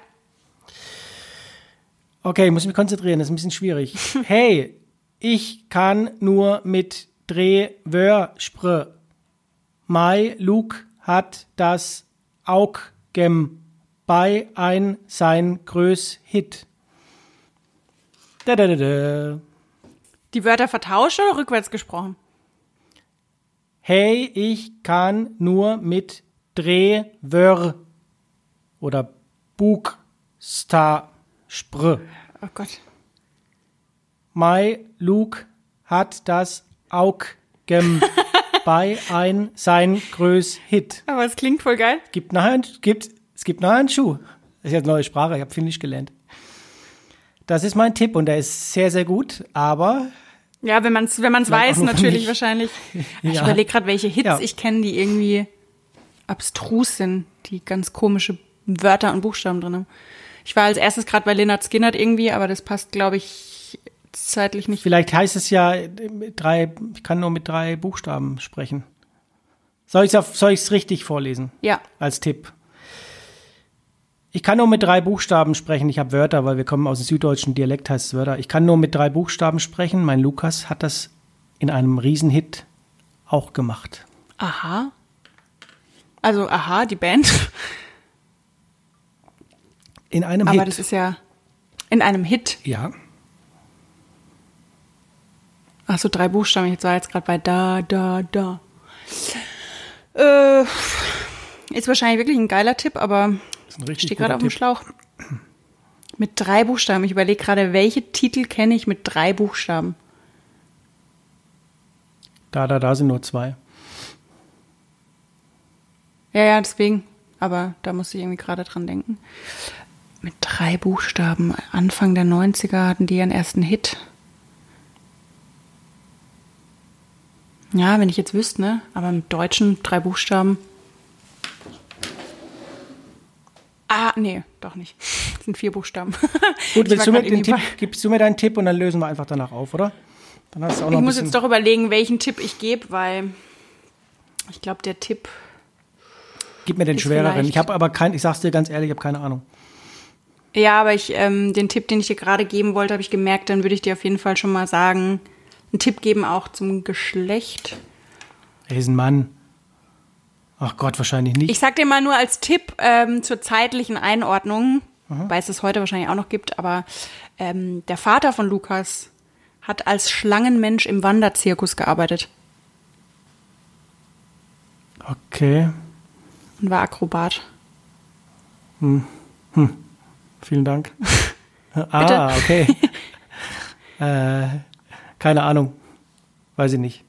Okay, ich muss mich konzentrieren, das ist ein bisschen schwierig. Hey, ich kann nur mit Drehwör spre. Mai Luke hat das Augem bei ein sein größ Hit. Da. Die Wörter vertauscht oder rückwärts gesprochen? Hey, ich kann nur mit Drehwör oder Bugsta spre. Oh Gott. Mai Luke hat das Augem bei ein sein größ Hit. Aber es klingt voll geil. Es gibt nachher einen Schuh. Das ist jetzt eine neue Sprache, ich habe Finnisch gelernt. Das ist mein Tipp und der ist sehr, sehr gut, aber... Ja, wenn man's weiß, natürlich nicht. wahrscheinlich. Ich Ja. überlege gerade, welche Hits Ja. ich kenne, die irgendwie abstrus sind, die ganz komische Wörter und Buchstaben drin haben. Ich war als erstes gerade bei Lynyrd Skynyrd irgendwie, aber das passt, glaube ich, zeitlich nicht. Vielleicht heißt es ja, ich kann nur mit 3 Buchstaben sprechen. Soll ich es richtig vorlesen? Ja. Als Tipp. Ich kann nur mit 3 Buchstaben sprechen. Ich habe Wörter, weil wir kommen aus dem süddeutschen Dialekt, heißt es Wörter. Ich kann nur mit 3 Buchstaben sprechen. Mein Lukas hat das in einem Riesenhit auch gemacht. Aha. Also, aha, die Band. In einem Aber Hit. das ist ja in einem Hit. Ja. Ach so, 3 Buchstaben. Ich war jetzt gerade bei da. Ist wahrscheinlich wirklich ein geiler Tipp, aber Das ist ein ich richtig stehe gerade guter auf dem Tipp. Schlauch. Mit 3 Buchstaben. Ich überlege gerade, welche Titel kenne ich mit 3 Buchstaben? Da sind nur 2. Ja, deswegen. Aber da musste ich irgendwie gerade dran denken. Mit 3 Buchstaben. Anfang der 90er hatten die ihren ersten Hit. Ja, wenn ich jetzt wüsste, ne? Aber mit deutschen 3 Buchstaben. Nee, doch nicht. Das sind 4 Buchstaben. Gut, Ich war grad irgendwie gibst du mir deinen Tipp und dann lösen wir einfach danach auf, oder? Dann hast du auch noch Ich ein muss bisschen, jetzt doch überlegen, welchen Tipp ich gebe, weil ich glaube, der Tipp. Gib mir den ist schwereren. vielleicht- Ich habe aber ich sag's dir ganz ehrlich, ich habe keine Ahnung. Ja, aber den Tipp, den ich dir gerade geben wollte, habe ich gemerkt, dann würde ich dir auf jeden Fall schon mal sagen, einen Tipp geben auch zum Geschlecht. Er ist ein Mann. Ach Gott, wahrscheinlich nicht. Ich sag dir mal nur als Tipp zur zeitlichen Einordnung, weil es das heute wahrscheinlich auch noch gibt, aber der Vater von Lukas hat als Schlangenmensch im Wanderzirkus gearbeitet Okay. und war Akrobat. Vielen Dank. Okay. Keine Ahnung. Weiß ich nicht.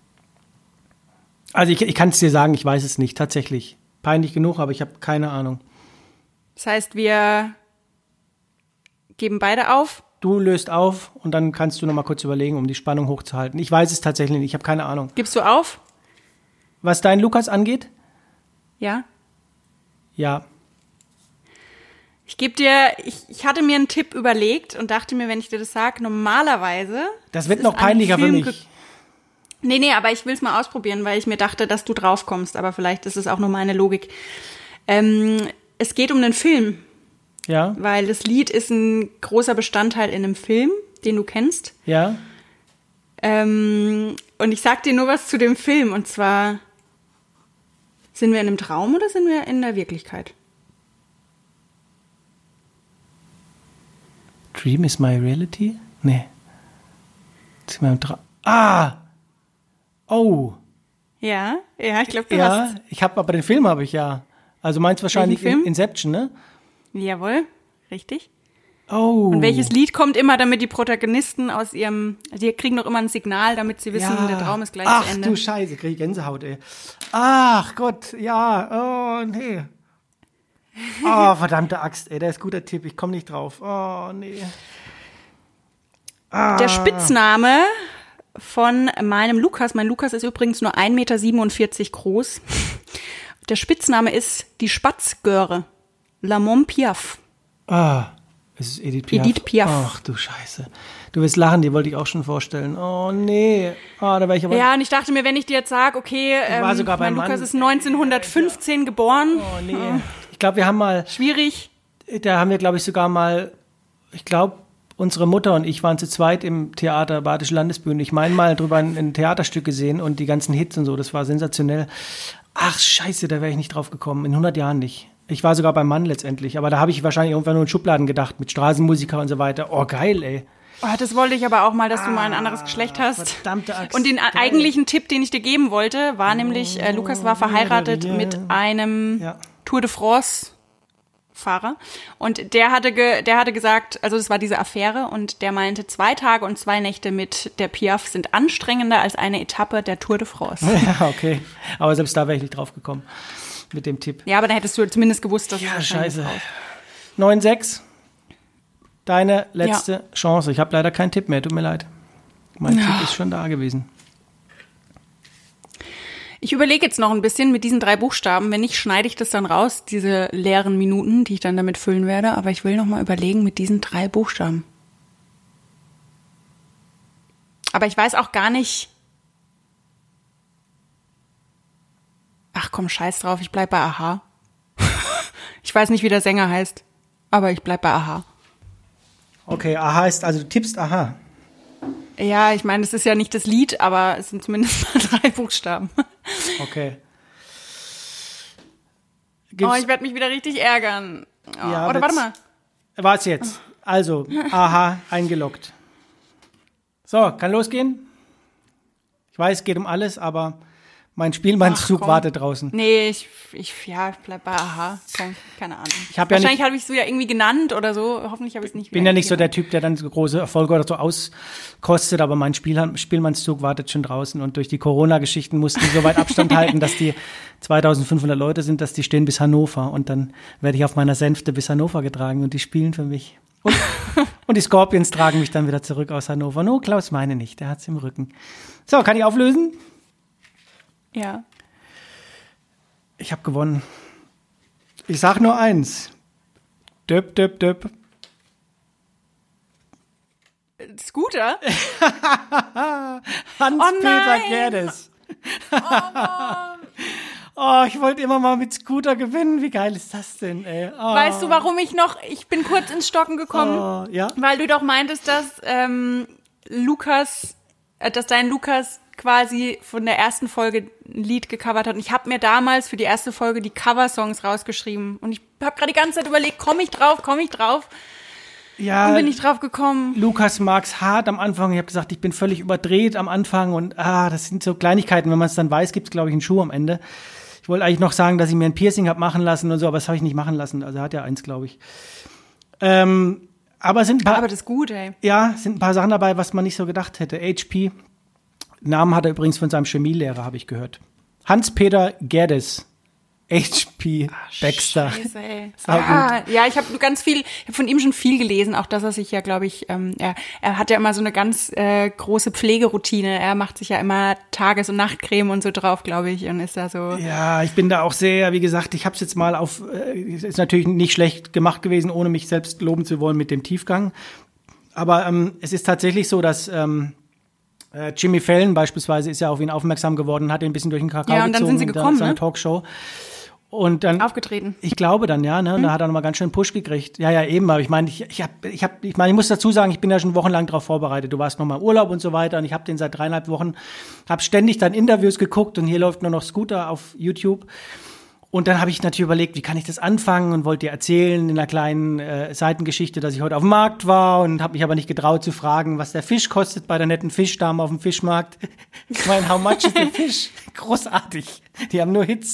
Also ich kann es dir sagen, ich weiß es nicht, tatsächlich. Peinlich genug, aber ich habe keine Ahnung. Das heißt, wir geben beide auf. Du löst auf und dann kannst du noch mal kurz überlegen, um die Spannung hochzuhalten. Ich weiß es tatsächlich nicht, ich habe keine Ahnung. Gibst du auf? Was dein Lukas angeht? Ja. Ja. Ich gebe dir, ich hatte mir einen Tipp überlegt und dachte mir, wenn ich dir das sage, normalerweise. Das wird ist noch an einen peinlicher für Film mich. Nee, aber ich will es mal ausprobieren, weil ich mir dachte, dass du drauf kommst, aber vielleicht ist es auch nur meine Logik. Es geht um einen Film, Ja, weil das Lied ist ein großer Bestandteil in einem Film, den du kennst. ja. Und ich sag dir nur was zu dem Film, und zwar, sind wir in einem Traum oder sind wir in der Wirklichkeit? Dream is my reality? Nee. Sind wir im Oh. Ja, ich glaube, du Ja, hast ich habe aber den Film habe ich ja. Also meinst wahrscheinlich Welchen Film? Inception, ne? Jawohl. richtig? Oh. Und welches Lied kommt immer, damit die Protagonisten die kriegen doch immer ein Signal, damit sie wissen, der Traum ist gleich zu Ende. Ach du Scheiße, krieg ich Gänsehaut, ey. Ach Gott, ja, oh nee. Oh, verdammte Axt, ey, der ist guter Tipp, ich komme nicht drauf. Oh, nee. Der Spitzname von meinem Lukas, mein Lukas ist übrigens nur 1,47 Meter groß. Der Spitzname ist die Spatzgöre. La Piaf. Es ist Edith Piaf. Edith Piaf. Ach du Scheiße. Du wirst lachen, die wollte ich auch schon vorstellen. Oh nee. Da wäre ich aber. Ja, und ich dachte mir, wenn ich dir jetzt sage, okay, war sogar mein beim Lukas Mann. ist 1915 geboren. Oh nee. Ich glaube, wir haben mal. Schwierig. Da haben wir, glaube ich, sogar mal. Ich glaube, unsere Mutter und ich waren zu zweit im Theater Badische Landesbühne. Ich meine mal drüber ein Theaterstück gesehen und die ganzen Hits und so. Das war sensationell. Ach Scheiße, da wäre ich nicht drauf gekommen. In 100 Jahren nicht. Ich war sogar beim Mann letztendlich. Aber da habe ich wahrscheinlich irgendwann nur in Schubladen gedacht mit Straßenmusiker und so weiter. Oh, geil, ey. Oh, das wollte ich aber auch mal, dass du mal ein anderes Geschlecht hast. Verdammte Axt. Und den eigentlichen Tipp, den ich dir geben wollte, war nämlich, Lukas war verheiratet mit einem Tour de France Fahrer. Und der hatte gesagt, also das war diese Affäre, und der meinte, 2 Tage und 2 Nächte mit der Piaf sind anstrengender als eine Etappe der Tour de France. Ja, okay. Aber selbst da wäre ich nicht drauf gekommen mit dem Tipp. Ja, aber dann hättest du zumindest gewusst, dass Ja, es scheiße. 9,6. Deine letzte Chance. Ich habe leider keinen Tipp mehr, tut mir leid. Mein Tipp ist schon da gewesen. Ich überlege jetzt noch ein bisschen mit diesen 3 Buchstaben. Wenn nicht, schneide ich das dann raus, diese leeren Minuten, die ich dann damit füllen werde. Aber ich will noch mal überlegen mit diesen 3 Buchstaben. Aber ich weiß auch gar nicht. Ach komm, scheiß drauf, ich bleib bei Aha. Ich weiß nicht, wie der Sänger heißt, aber ich bleib bei Aha. Okay, Aha ist, also du tippst Aha. Ja, ich meine, es ist ja nicht das Lied, aber es sind zumindest mal 3 Buchstaben. Okay. Ich werde mich wieder richtig ärgern. Ja, oder warte mal. Was jetzt? Also, Aha, eingeloggt. So, kann losgehen? Ich weiß, es geht um alles, aber mein Spielmannszug wartet draußen. Nee, ich bleib bei Aha. Keine Ahnung. Wahrscheinlich habe ich es so ja irgendwie genannt oder so. Hoffentlich habe ich es nicht. Ich bin ja nicht so der Typ, der dann so große Erfolge oder so auskostet, aber mein Spielmannszug wartet schon draußen. Und durch die Corona-Geschichten mussten die so weit Abstand halten, dass die 2500 Leute sind, dass die stehen bis Hannover. Und dann werde ich auf meiner Sänfte bis Hannover getragen und die spielen für mich. Und die Scorpions tragen mich dann wieder zurück aus Hannover. No, Klaus meine nicht, der hat's im Rücken. So, kann ich auflösen? Ja. Ich habe gewonnen. Ich sag nur eins. Döp, döp, döp. Scooter? Hans-Peter Gerdes. Oh, ich wollte immer mal mit Scooter gewinnen. Wie geil ist das denn, ey? Oh. Weißt du, warum ich bin kurz ins Stocken gekommen? Ja? Weil du doch meintest, dass dein Lukas quasi von der ersten Folge ein Lied gecovert hat. Und ich habe mir damals für die erste Folge die Coversongs rausgeschrieben. Und ich habe gerade die ganze Zeit überlegt, komme ich drauf? Ja. Und bin nicht drauf gekommen. Lukas mag's hart am Anfang. Ich habe gesagt, ich bin völlig überdreht am Anfang. Und das sind so Kleinigkeiten. Wenn man es dann weiß, gibt's glaube ich, einen Schuh am Ende. Ich wollte eigentlich noch sagen, dass ich mir ein Piercing habe machen lassen und so, aber das habe ich nicht machen lassen. Also er hat ja eins, glaube ich. Aber es sind ein paar, aber das ist gut, ey. Ja, sind ein paar Sachen dabei, was man nicht so gedacht hätte. HP, Namen hat er übrigens von seinem Chemielehrer, habe ich gehört. Hans-Peter Gerdes. HP Baxter. Scheiße, ey. Ja, ich habe von ihm schon viel gelesen, auch dass er sich ja, glaube ich, er hat ja immer so eine ganz große Pflegeroutine. Er macht sich ja immer Tages- und Nachtcreme und so drauf, glaube ich, und ist da so. Ja, ich bin da auch sehr, wie gesagt, ich habe es jetzt mal ist natürlich nicht schlecht gemacht gewesen, ohne mich selbst loben zu wollen mit dem Tiefgang. Aber es ist tatsächlich so, dass Jimmy Fallon beispielsweise ist ja auf ihn aufmerksam geworden, hat ihn ein bisschen durch den Kakao gezogen. Ja, und dann sind sie gekommen, in seiner ne? Talkshow. Und dann Aufgetreten. Ich glaube dann, ja, ne? Und da hat er nochmal ganz schön Push gekriegt. Ja, eben, aber ich meine, ich muss dazu sagen, ich bin ja schon wochenlang darauf vorbereitet. Du warst nochmal Urlaub und so weiter und ich habe den seit 3,5 Wochen, habe ständig dann Interviews geguckt und hier läuft nur noch Scooter auf YouTube. Und dann habe ich natürlich überlegt, wie kann ich das anfangen und wollte dir erzählen in einer kleinen Seitengeschichte, dass ich heute auf dem Markt war und habe mich aber nicht getraut zu fragen, was der Fisch kostet bei der netten Fischdame auf dem Fischmarkt. Ich meine, how much is the fish? Großartig. Die haben nur Hits.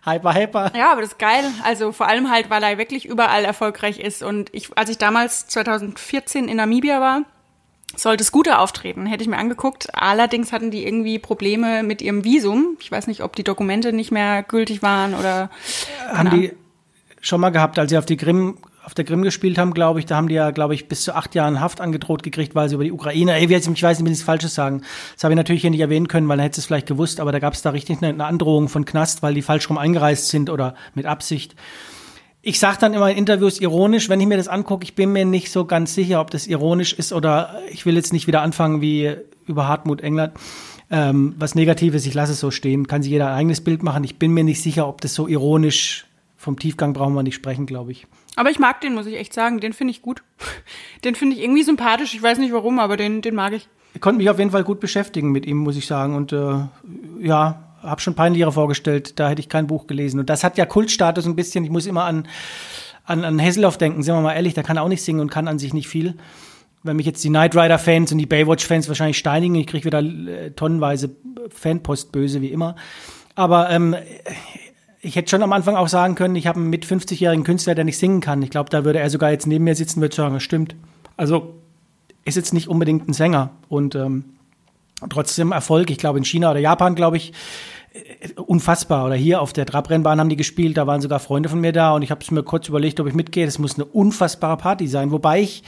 Hyper. Ja, aber das ist geil. Also vor allem halt, weil er wirklich überall erfolgreich ist. Und als ich damals 2014 in Namibia war, sollte Scooter auftreten, hätte ich mir angeguckt. Allerdings hatten die irgendwie Probleme mit ihrem Visum. Ich weiß nicht, ob die Dokumente nicht mehr gültig waren oder... Haben die schon mal gehabt, als sie auf der Krim gespielt haben, glaube ich. Da haben die ja, glaube ich, bis zu 8 Jahren Haft angedroht gekriegt, weil sie über die Ukraine... ich weiß nicht, will nichts Falsches sagen. Das habe ich natürlich hier nicht erwähnen können, weil er hätte es vielleicht gewusst. Aber da gab es da richtig eine Androhung von Knast, weil die falsch rum eingereist sind oder mit Absicht. Ich sage dann immer in Interviews ironisch, wenn ich mir das angucke, ich bin mir nicht so ganz sicher, ob das ironisch ist oder ich will jetzt nicht wieder anfangen wie über Hartmut Engler. Was Negatives, ich lasse es so stehen, kann sich jeder ein eigenes Bild machen. Ich bin mir nicht sicher, ob das so ironisch, vom Tiefgang brauchen wir nicht sprechen, glaube ich. Aber ich mag den, muss ich echt sagen, den finde ich gut. Den finde ich irgendwie sympathisch, ich weiß nicht warum, aber den mag ich. Ich konnte mich auf jeden Fall gut beschäftigen mit ihm, muss ich sagen und habe schon peinlichere vorgestellt, da hätte ich kein Buch gelesen. Und das hat ja Kultstatus ein bisschen. Ich muss immer an Hasselhoff denken, sind wir mal ehrlich, der kann auch nicht singen und kann an sich nicht viel. Wenn mich jetzt die Knight Rider-Fans und die Baywatch-Fans wahrscheinlich steinigen, ich kriege wieder tonnenweise Fanpost, böse wie immer. Aber ich hätte schon am Anfang auch sagen können, ich habe einen mit 50-jährigen Künstler, der nicht singen kann. Ich glaube, da würde er sogar jetzt neben mir sitzen und würde sagen, das stimmt. Also ist jetzt nicht unbedingt ein Sänger. Und trotzdem Erfolg. Ich glaube, in China oder Japan, glaube ich, unfassbar. Oder hier auf der Trabrennbahn haben die gespielt, da waren sogar Freunde von mir da und ich habe es mir kurz überlegt, ob ich mitgehe. Das muss eine unfassbare Party sein. Wobei ich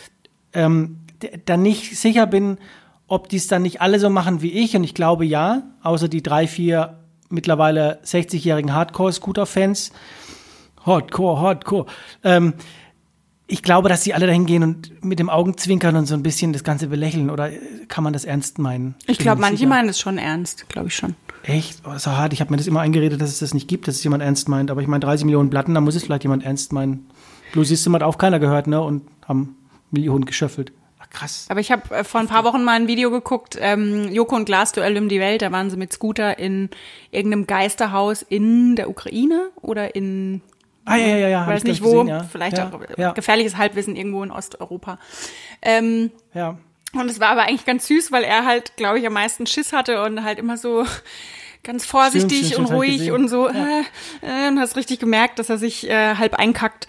dann nicht sicher bin, ob die es dann nicht alle so machen wie ich. Und ich glaube ja, außer die 3, 4 mittlerweile 60-jährigen Hardcore-Scooter-Fans. Hardcore. Ich glaube, dass sie alle dahin gehen und mit dem Augenzwinkern und so ein bisschen das Ganze belächeln. Oder kann man das ernst meinen? Ich glaube, manche meinen es schon ernst, glaube ich schon. Echt? Oh, so hart. Ich habe mir das immer eingeredet, dass es das nicht gibt, dass es jemand ernst meint. Aber ich meine, 30 Millionen Platten, da muss es vielleicht jemand ernst meinen. Blue System hat auch keiner gehört, ne? Und haben Millionen geschöffelt. Ach, krass. Aber ich habe vor ein paar Wochen mal ein Video geguckt, Joko und Glas Duell um die Welt. Da waren sie mit Scooter in irgendeinem Geisterhaus in der Ukraine oder in... Ja. Weiß nicht wo, gesehen, ja. Vielleicht auch gefährliches Halbwissen irgendwo in Osteuropa. Ja. Und es war aber eigentlich ganz süß, weil er halt, glaube ich, am meisten Schiss hatte und halt immer so ganz vorsichtig und ruhig und so. Und hast richtig gemerkt, dass er sich halb einkackt.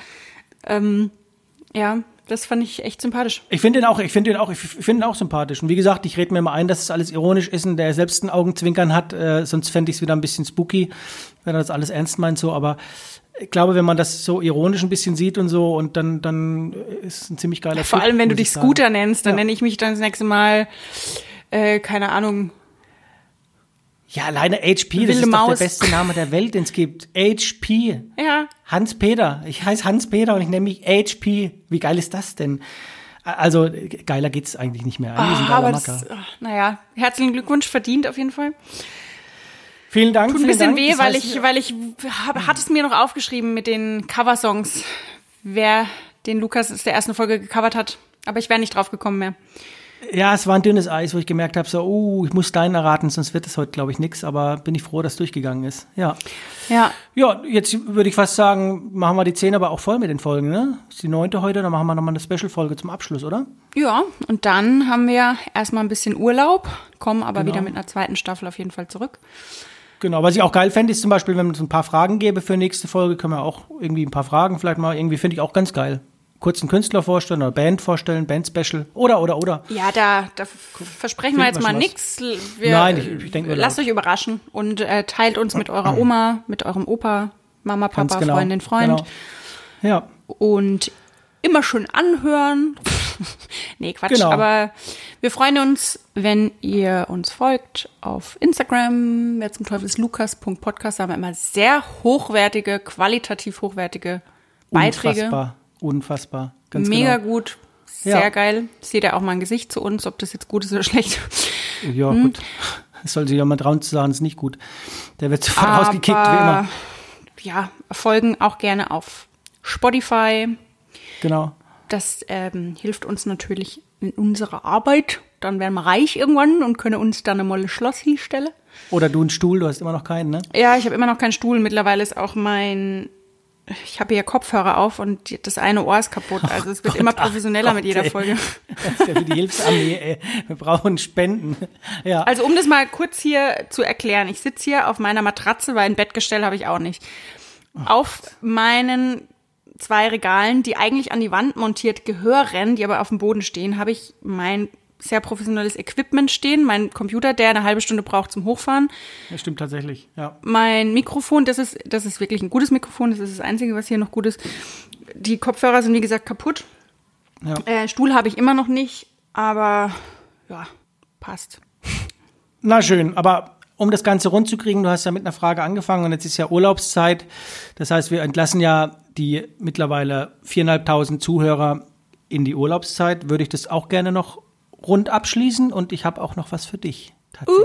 Das fand ich echt sympathisch. Ich finde ihn auch sympathisch. Und wie gesagt, ich rede mir mal ein, dass es alles ironisch ist und der selbst ein Augenzwinkern hat. Sonst fände ich es wieder ein bisschen spooky, wenn er das alles ernst meint so. Aber ich glaube, wenn man das so ironisch ein bisschen sieht und so, und dann ist es ein ziemlich geiler Film. Vor allem, wenn du dich Scooter nennst, dann nenne ich mich dann das nächste Mal, keine Ahnung. Ja, alleine HP, das ist doch der beste Name der Welt, den es gibt. HP. Ja. Hans-Peter. Ich heiße Hans-Peter und ich nenne mich HP. Wie geil ist das denn? Also, geiler geht's eigentlich nicht mehr. Aber naja, herzlichen Glückwunsch, verdient auf jeden Fall. Vielen Dank. Tut ein bisschen weh, weil ich hatte es mir noch aufgeschrieben mit den Coversongs, wer den Lukas aus der ersten Folge gecovert hat. Aber ich wäre nicht drauf gekommen mehr. Ja, es war ein dünnes Eis, wo ich gemerkt habe, so, ich muss deinen erraten, sonst wird es heute, glaube ich, nichts. Aber bin ich froh, dass es durchgegangen ist. Ja, jetzt würde ich fast sagen, machen wir die 10 aber auch voll mit den Folgen, ne? Das ist die 9. heute, dann machen wir nochmal eine Special-Folge zum Abschluss, oder? Ja, und dann haben wir erstmal ein bisschen Urlaub, kommen aber wieder mit einer 2. Staffel auf jeden Fall zurück. Genau, was ich auch geil fände, ist zum Beispiel, wenn es ein paar Fragen gäbe für nächste Folge, können wir auch irgendwie ein paar Fragen vielleicht mal, irgendwie finde ich auch ganz geil. Kurz einen Künstler vorstellen oder Band vorstellen, Band-Special oder. Ja, da versprechen wir jetzt mal nichts. Nein, ich denke, lasst euch überraschen und teilt uns mit eurer Oma, mit eurem Opa, Mama, Papa, genau. Freundin, Freund. Genau. Ja. Und immer schön anhören. Nee, Quatsch, genau. Aber wir freuen uns, wenn ihr uns folgt auf Instagram, wer zum Teufel ist Lukas.podcast, da haben wir immer sehr hochwertige, qualitativ hochwertige Beiträge. Unfassbar. Ganz mega genau. Gut, sehr geil. Seht ihr auch mal ein Gesicht zu uns, ob das jetzt gut ist oder schlecht. Ja, gut. Es soll sich ja mal trauen zu sagen, es ist nicht gut. Der wird sofort rausgekickt, wie immer. Ja, folgen auch gerne auf Spotify. Genau. Das hilft uns natürlich in unserer Arbeit. Dann werden wir reich irgendwann und können uns dann einmal ein Schloss hinstellen. Oder du einen Stuhl, du hast immer noch keinen, ne? Ja, ich habe immer noch keinen Stuhl. Mittlerweile ist auch mein Ich habe hier Kopfhörer auf und das eine Ohr ist kaputt. Also es wird immer professioneller mit jeder Folge. Das ist ja wie die Hilfsarmee, ey. Wir brauchen Spenden. Ja. Also um das mal kurz hier zu erklären. Ich sitze hier auf meiner Matratze, weil ein Bettgestell habe ich auch nicht. Auf meinen 2 Regalen, die eigentlich an die Wand montiert gehören, die aber auf dem Boden stehen, habe ich mein sehr professionelles Equipment stehen. Mein Computer, der eine halbe Stunde braucht zum Hochfahren. Das stimmt tatsächlich, ja. Mein Mikrofon, das ist wirklich ein gutes Mikrofon. Das ist das Einzige, was hier noch gut ist. Die Kopfhörer sind, wie gesagt, kaputt. Ja. Stuhl habe ich immer noch nicht, aber ja, passt. Na schön, aber um das Ganze rund zu kriegen, du hast ja mit einer Frage angefangen und jetzt ist ja Urlaubszeit. Das heißt, wir entlassen ja die mittlerweile 4.500 Zuhörer in die Urlaubszeit. Würde ich das auch gerne noch rund abschließen und ich habe auch noch was für dich, tatsächlich.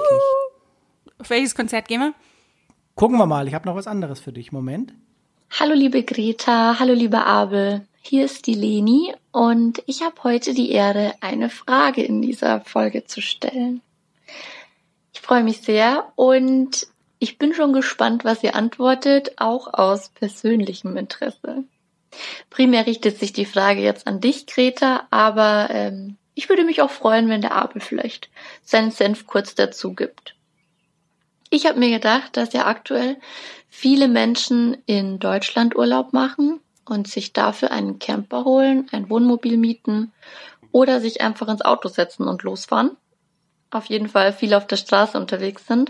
Auf welches Konzert gehen wir? Gucken wir mal, ich habe noch was anderes für dich. Moment. Hallo liebe Greta, hallo liebe Abel, hier ist die Leni und ich habe heute die Ehre, eine Frage in dieser Folge zu stellen. Ich freue mich sehr und ich bin schon gespannt, was ihr antwortet, auch aus persönlichem Interesse. Primär richtet sich die Frage jetzt an dich, Greta, aber ich würde mich auch freuen, wenn der Abel vielleicht seinen Senf kurz dazu gibt. Ich habe mir gedacht, dass ja aktuell viele Menschen in Deutschland Urlaub machen und sich dafür einen Camper holen, ein Wohnmobil mieten oder sich einfach ins Auto setzen und losfahren. Auf jeden Fall viel auf der Straße unterwegs sind.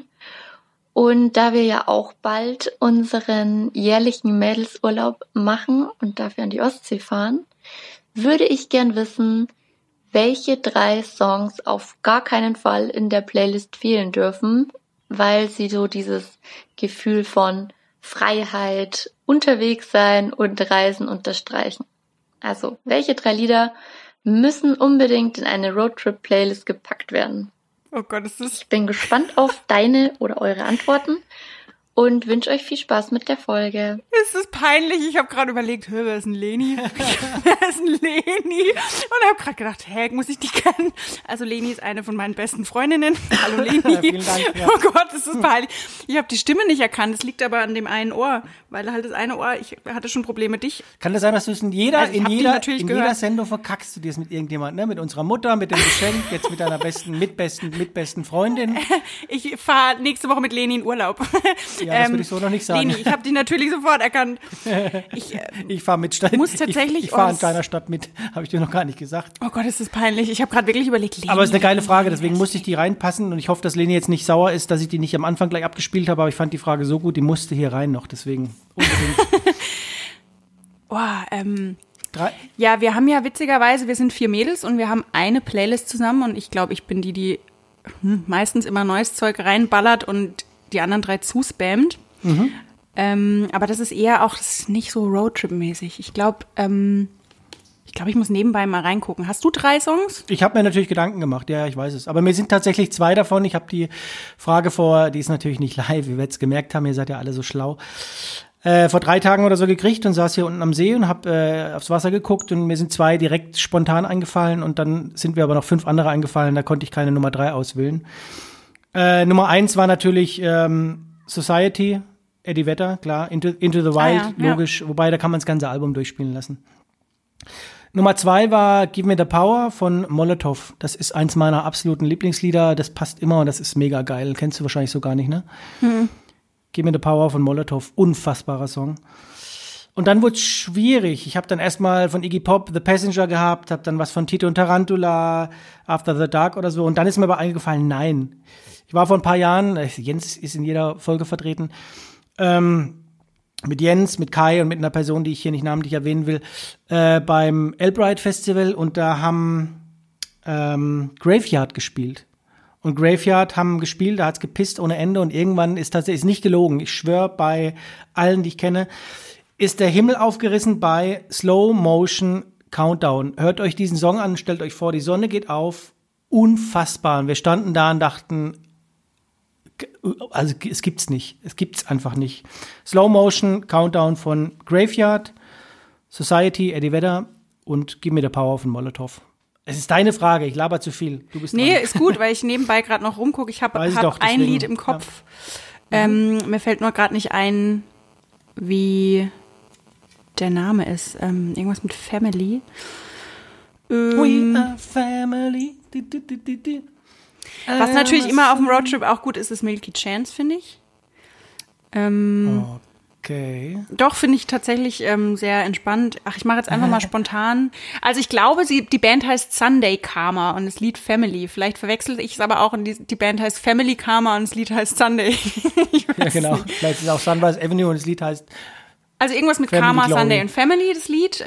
Und da wir ja auch bald unseren jährlichen Mädelsurlaub machen und dafür an die Ostsee fahren, würde ich gern wissen, welche 3 Songs auf gar keinen Fall in der Playlist fehlen dürfen, weil sie so dieses Gefühl von Freiheit, unterwegs sein und Reisen unterstreichen. Also, welche 3 Lieder müssen unbedingt in eine Roadtrip-Playlist gepackt werden? Oh Gott, ist das... Ich bin gespannt auf deine oder eure Antworten und wünsche euch viel Spaß mit der Folge. Ist das peinlich? Ich habe gerade überlegt, wer ist ein Leni? Wer ist ein Leni? Und habe gerade gedacht, muss ich die kennen? Also Leni ist eine von meinen besten Freundinnen. Hallo Leni. Vielen Dank. Ja. Oh Gott, ist das peinlich. Ich habe die Stimme nicht erkannt. Das liegt aber an dem einen Ohr, weil halt das eine Ohr, ich hatte schon Probleme. Dich. Kann das sein, dass du es in jeder gehört. Sendung verkackst du dir es mit irgendjemandem, ne? Mit unserer Mutter, mit dem Geschenk, jetzt mit deiner mitbesten Freundin? Ich fahre nächste Woche mit Leni in Urlaub. Ja, das würde ich so noch nicht sagen. Leni, ich habe die natürlich sofort erkannt. Ich fahre mit Ich fahre in deiner Stadt mit, habe ich dir noch gar nicht gesagt. Oh Gott, ist das peinlich. Ich habe gerade wirklich überlegt, Leni. Aber es ist eine geile Frage, deswegen musste ich die reinpassen und ich hoffe, dass Leni jetzt nicht sauer ist, dass ich die nicht am Anfang gleich abgespielt habe, aber ich fand die Frage so gut, die musste hier rein noch, deswegen unbedingt. Ja, wir haben ja witzigerweise, wir sind 4 Mädels und wir haben eine Playlist zusammen und ich glaube, ich bin die meistens immer neues Zeug reinballert und die anderen 3 zuspammt. Mhm. Aber das ist eher auch nicht so Roadtrip-mäßig. Ich glaube, ich muss nebenbei mal reingucken. Hast du 3 Songs? Ich habe mir natürlich Gedanken gemacht, ja, ich weiß es. Aber mir sind tatsächlich 2 davon. Ich habe die Frage die ist natürlich nicht live, wie wir jetzt gemerkt haben, ihr seid ja alle so schlau, vor 3 Tagen oder so gekriegt und saß hier unten am See und habe aufs Wasser geguckt und mir sind 2 direkt spontan eingefallen und dann sind mir aber noch 5 andere eingefallen, da konnte ich keine Nummer 3 auswählen. Nummer 1 war natürlich Society, Eddie Vedder, klar, Into the Wild, logisch, ja. Wobei da kann man das ganze Album durchspielen lassen. Nummer 2 war Give Me the Power von Molotov. Das ist eins meiner absoluten Lieblingslieder, das passt immer und das ist mega geil. Kennst du wahrscheinlich so gar nicht, ne? Mhm. Give Me the Power von Molotov, unfassbarer Song. Und dann wurde es schwierig. Ich habe dann erstmal von Iggy Pop The Passenger gehabt, habe dann was von Tito und Tarantula, After the Dark oder so. Und dann ist mir aber eingefallen, nein. Ich war vor ein paar Jahren, Jens ist in jeder Folge vertreten, mit Jens, mit Kai und mit einer Person, die ich hier nicht namentlich erwähnen will, beim Albright Festival und da haben Graveyard gespielt. Und Graveyard haben gespielt, da hat's gepisst ohne Ende und irgendwann ist nicht gelogen, ich schwöre bei allen, die ich kenne, ist der Himmel aufgerissen bei Slow Motion Countdown. Hört euch diesen Song an, stellt euch vor, die Sonne geht auf, unfassbar. Und wir standen da und dachten, also es gibt's einfach nicht. Slow Motion Countdown von Graveyard, Society, Eddie Vedder und Give Me the Power von Molotov. Es ist deine Frage, ich laber zu viel. Du bist dran. Ist gut, weil ich nebenbei gerade noch rumgucke. Ich habe ein Lied im Kopf. Ja. Mir fällt nur gerade nicht ein, wie der Name ist. Irgendwas mit Family. We are family. Was natürlich immer auf dem Roadtrip auch gut ist Milky Chance, finde ich. Okay. Doch, finde ich tatsächlich sehr entspannt. Ach, ich mache jetzt einfach mal spontan. Also ich glaube, die Band heißt Sunday Karma und das Lied Family. Vielleicht verwechsel ich es aber auch. Und die Band heißt Family Karma und das Lied heißt Sunday. Ja, genau. Nicht. Vielleicht ist es auch Sunrise Avenue und das Lied heißt Also irgendwas mit Family Karma, Glory. Sunday und Family, das Lied.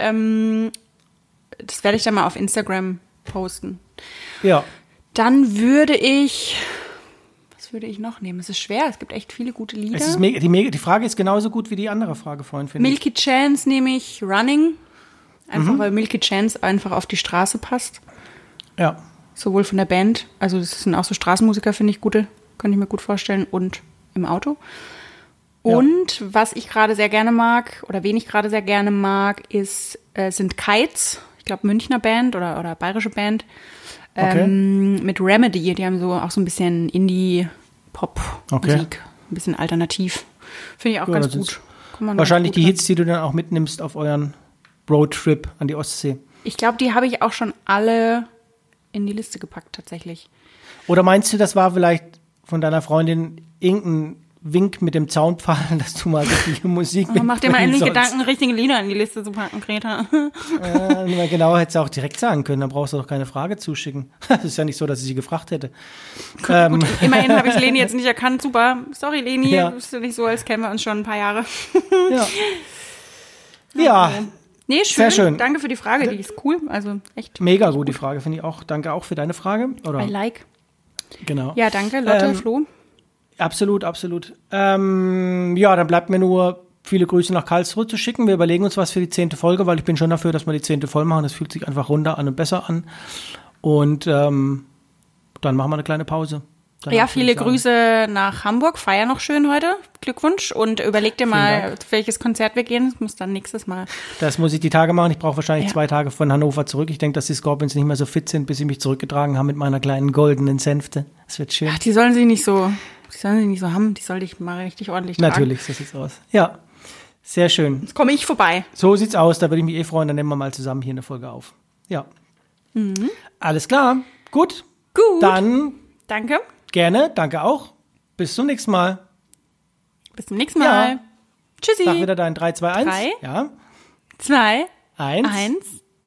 Das werde ich dann mal auf Instagram posten. Ja. Dann würde ich... Was würde ich noch nehmen? Es ist schwer, es gibt echt viele gute Lieder. Es ist die Frage ist genauso gut wie die andere Frage vorhin, finde ich. Milky Chance nehme ich Running. Einfach weil Milky Chance einfach auf die Straße passt. Ja. Sowohl von der Band, also das sind auch so Straßenmusiker, finde ich gute, könnte ich mir gut vorstellen, und im Auto. Und was ich gerade sehr gerne mag, oder wen ich gerade sehr gerne mag, sind Kites. Ich glaube, Münchner Band oder bayerische Band. Okay. Mit Remedy, die haben auch so ein bisschen Indie-Pop-Musik, ein bisschen alternativ. Finde ich auch ganz gut. Wahrscheinlich die Hits, die du dann auch mitnimmst auf euren Roadtrip an die Ostsee. Ich glaube, die habe ich auch schon alle in die Liste gepackt, tatsächlich. Oder meinst du, das war vielleicht von deiner Freundin irgendein Wink mit dem Zaunpfahl, dass du mal richtige Musik Mach dir mal endlich sollst? Gedanken, richtige Lieder in die Liste zu packen, Greta. Genau, hättest du auch direkt sagen können, dann brauchst du doch keine Frage zuschicken. Das ist ja nicht so, dass ich sie gefragt hätte. Gut, immerhin habe ich Leni jetzt nicht erkannt. Super. Sorry, Leni. Ja. Ist ja nicht so, als kennen wir uns schon ein paar Jahre. Ja. Ja, Nee, schön. Sehr schön. Danke für die Frage, die ist cool. Also echt. mega gut die Frage, finde ich auch. Danke auch für deine Frage. Oder? I like. Genau. Ja, danke, Lotte, Flo. Absolut, absolut. Ja, dann bleibt mir nur viele Grüße nach Karlsruhe zu schicken. Wir überlegen uns was für die 10. Folge, weil ich bin schon dafür, dass wir die 10. voll machen. Das fühlt sich einfach runder an und besser an. Und dann machen wir eine kleine Pause. Danach Ja, würde viele ich sagen. Grüße nach Hamburg. Feier noch schön heute. Glückwunsch. Und überleg dir mal, Dank. auf welches Konzert wir gehen. Das muss dann nächstes Mal. Das muss ich die Tage machen. Ich brauche wahrscheinlich Ja. 2 Tage von Hannover zurück. Ich denke, dass die Scorpions nicht mehr so fit sind, bis sie mich zurückgetragen haben mit meiner kleinen goldenen Sänfte. Das wird schön. Ach, die sollen sie nicht so haben. Die soll ich mal richtig ordentlich tragen. Natürlich, so sieht's aus. Ja, sehr schön. Jetzt komme ich vorbei. So sieht's aus. Da würde ich mich freuen. Dann nehmen wir mal zusammen hier eine Folge auf. Ja. Alles klar. Gut. Gut. Dann Danke. gerne. Danke auch. Bis zum nächsten Mal. Bis zum nächsten Mal. Ja. Tschüssi. Sag wieder dein 3, 2, 1. 3. Ja. 2, 1. 1.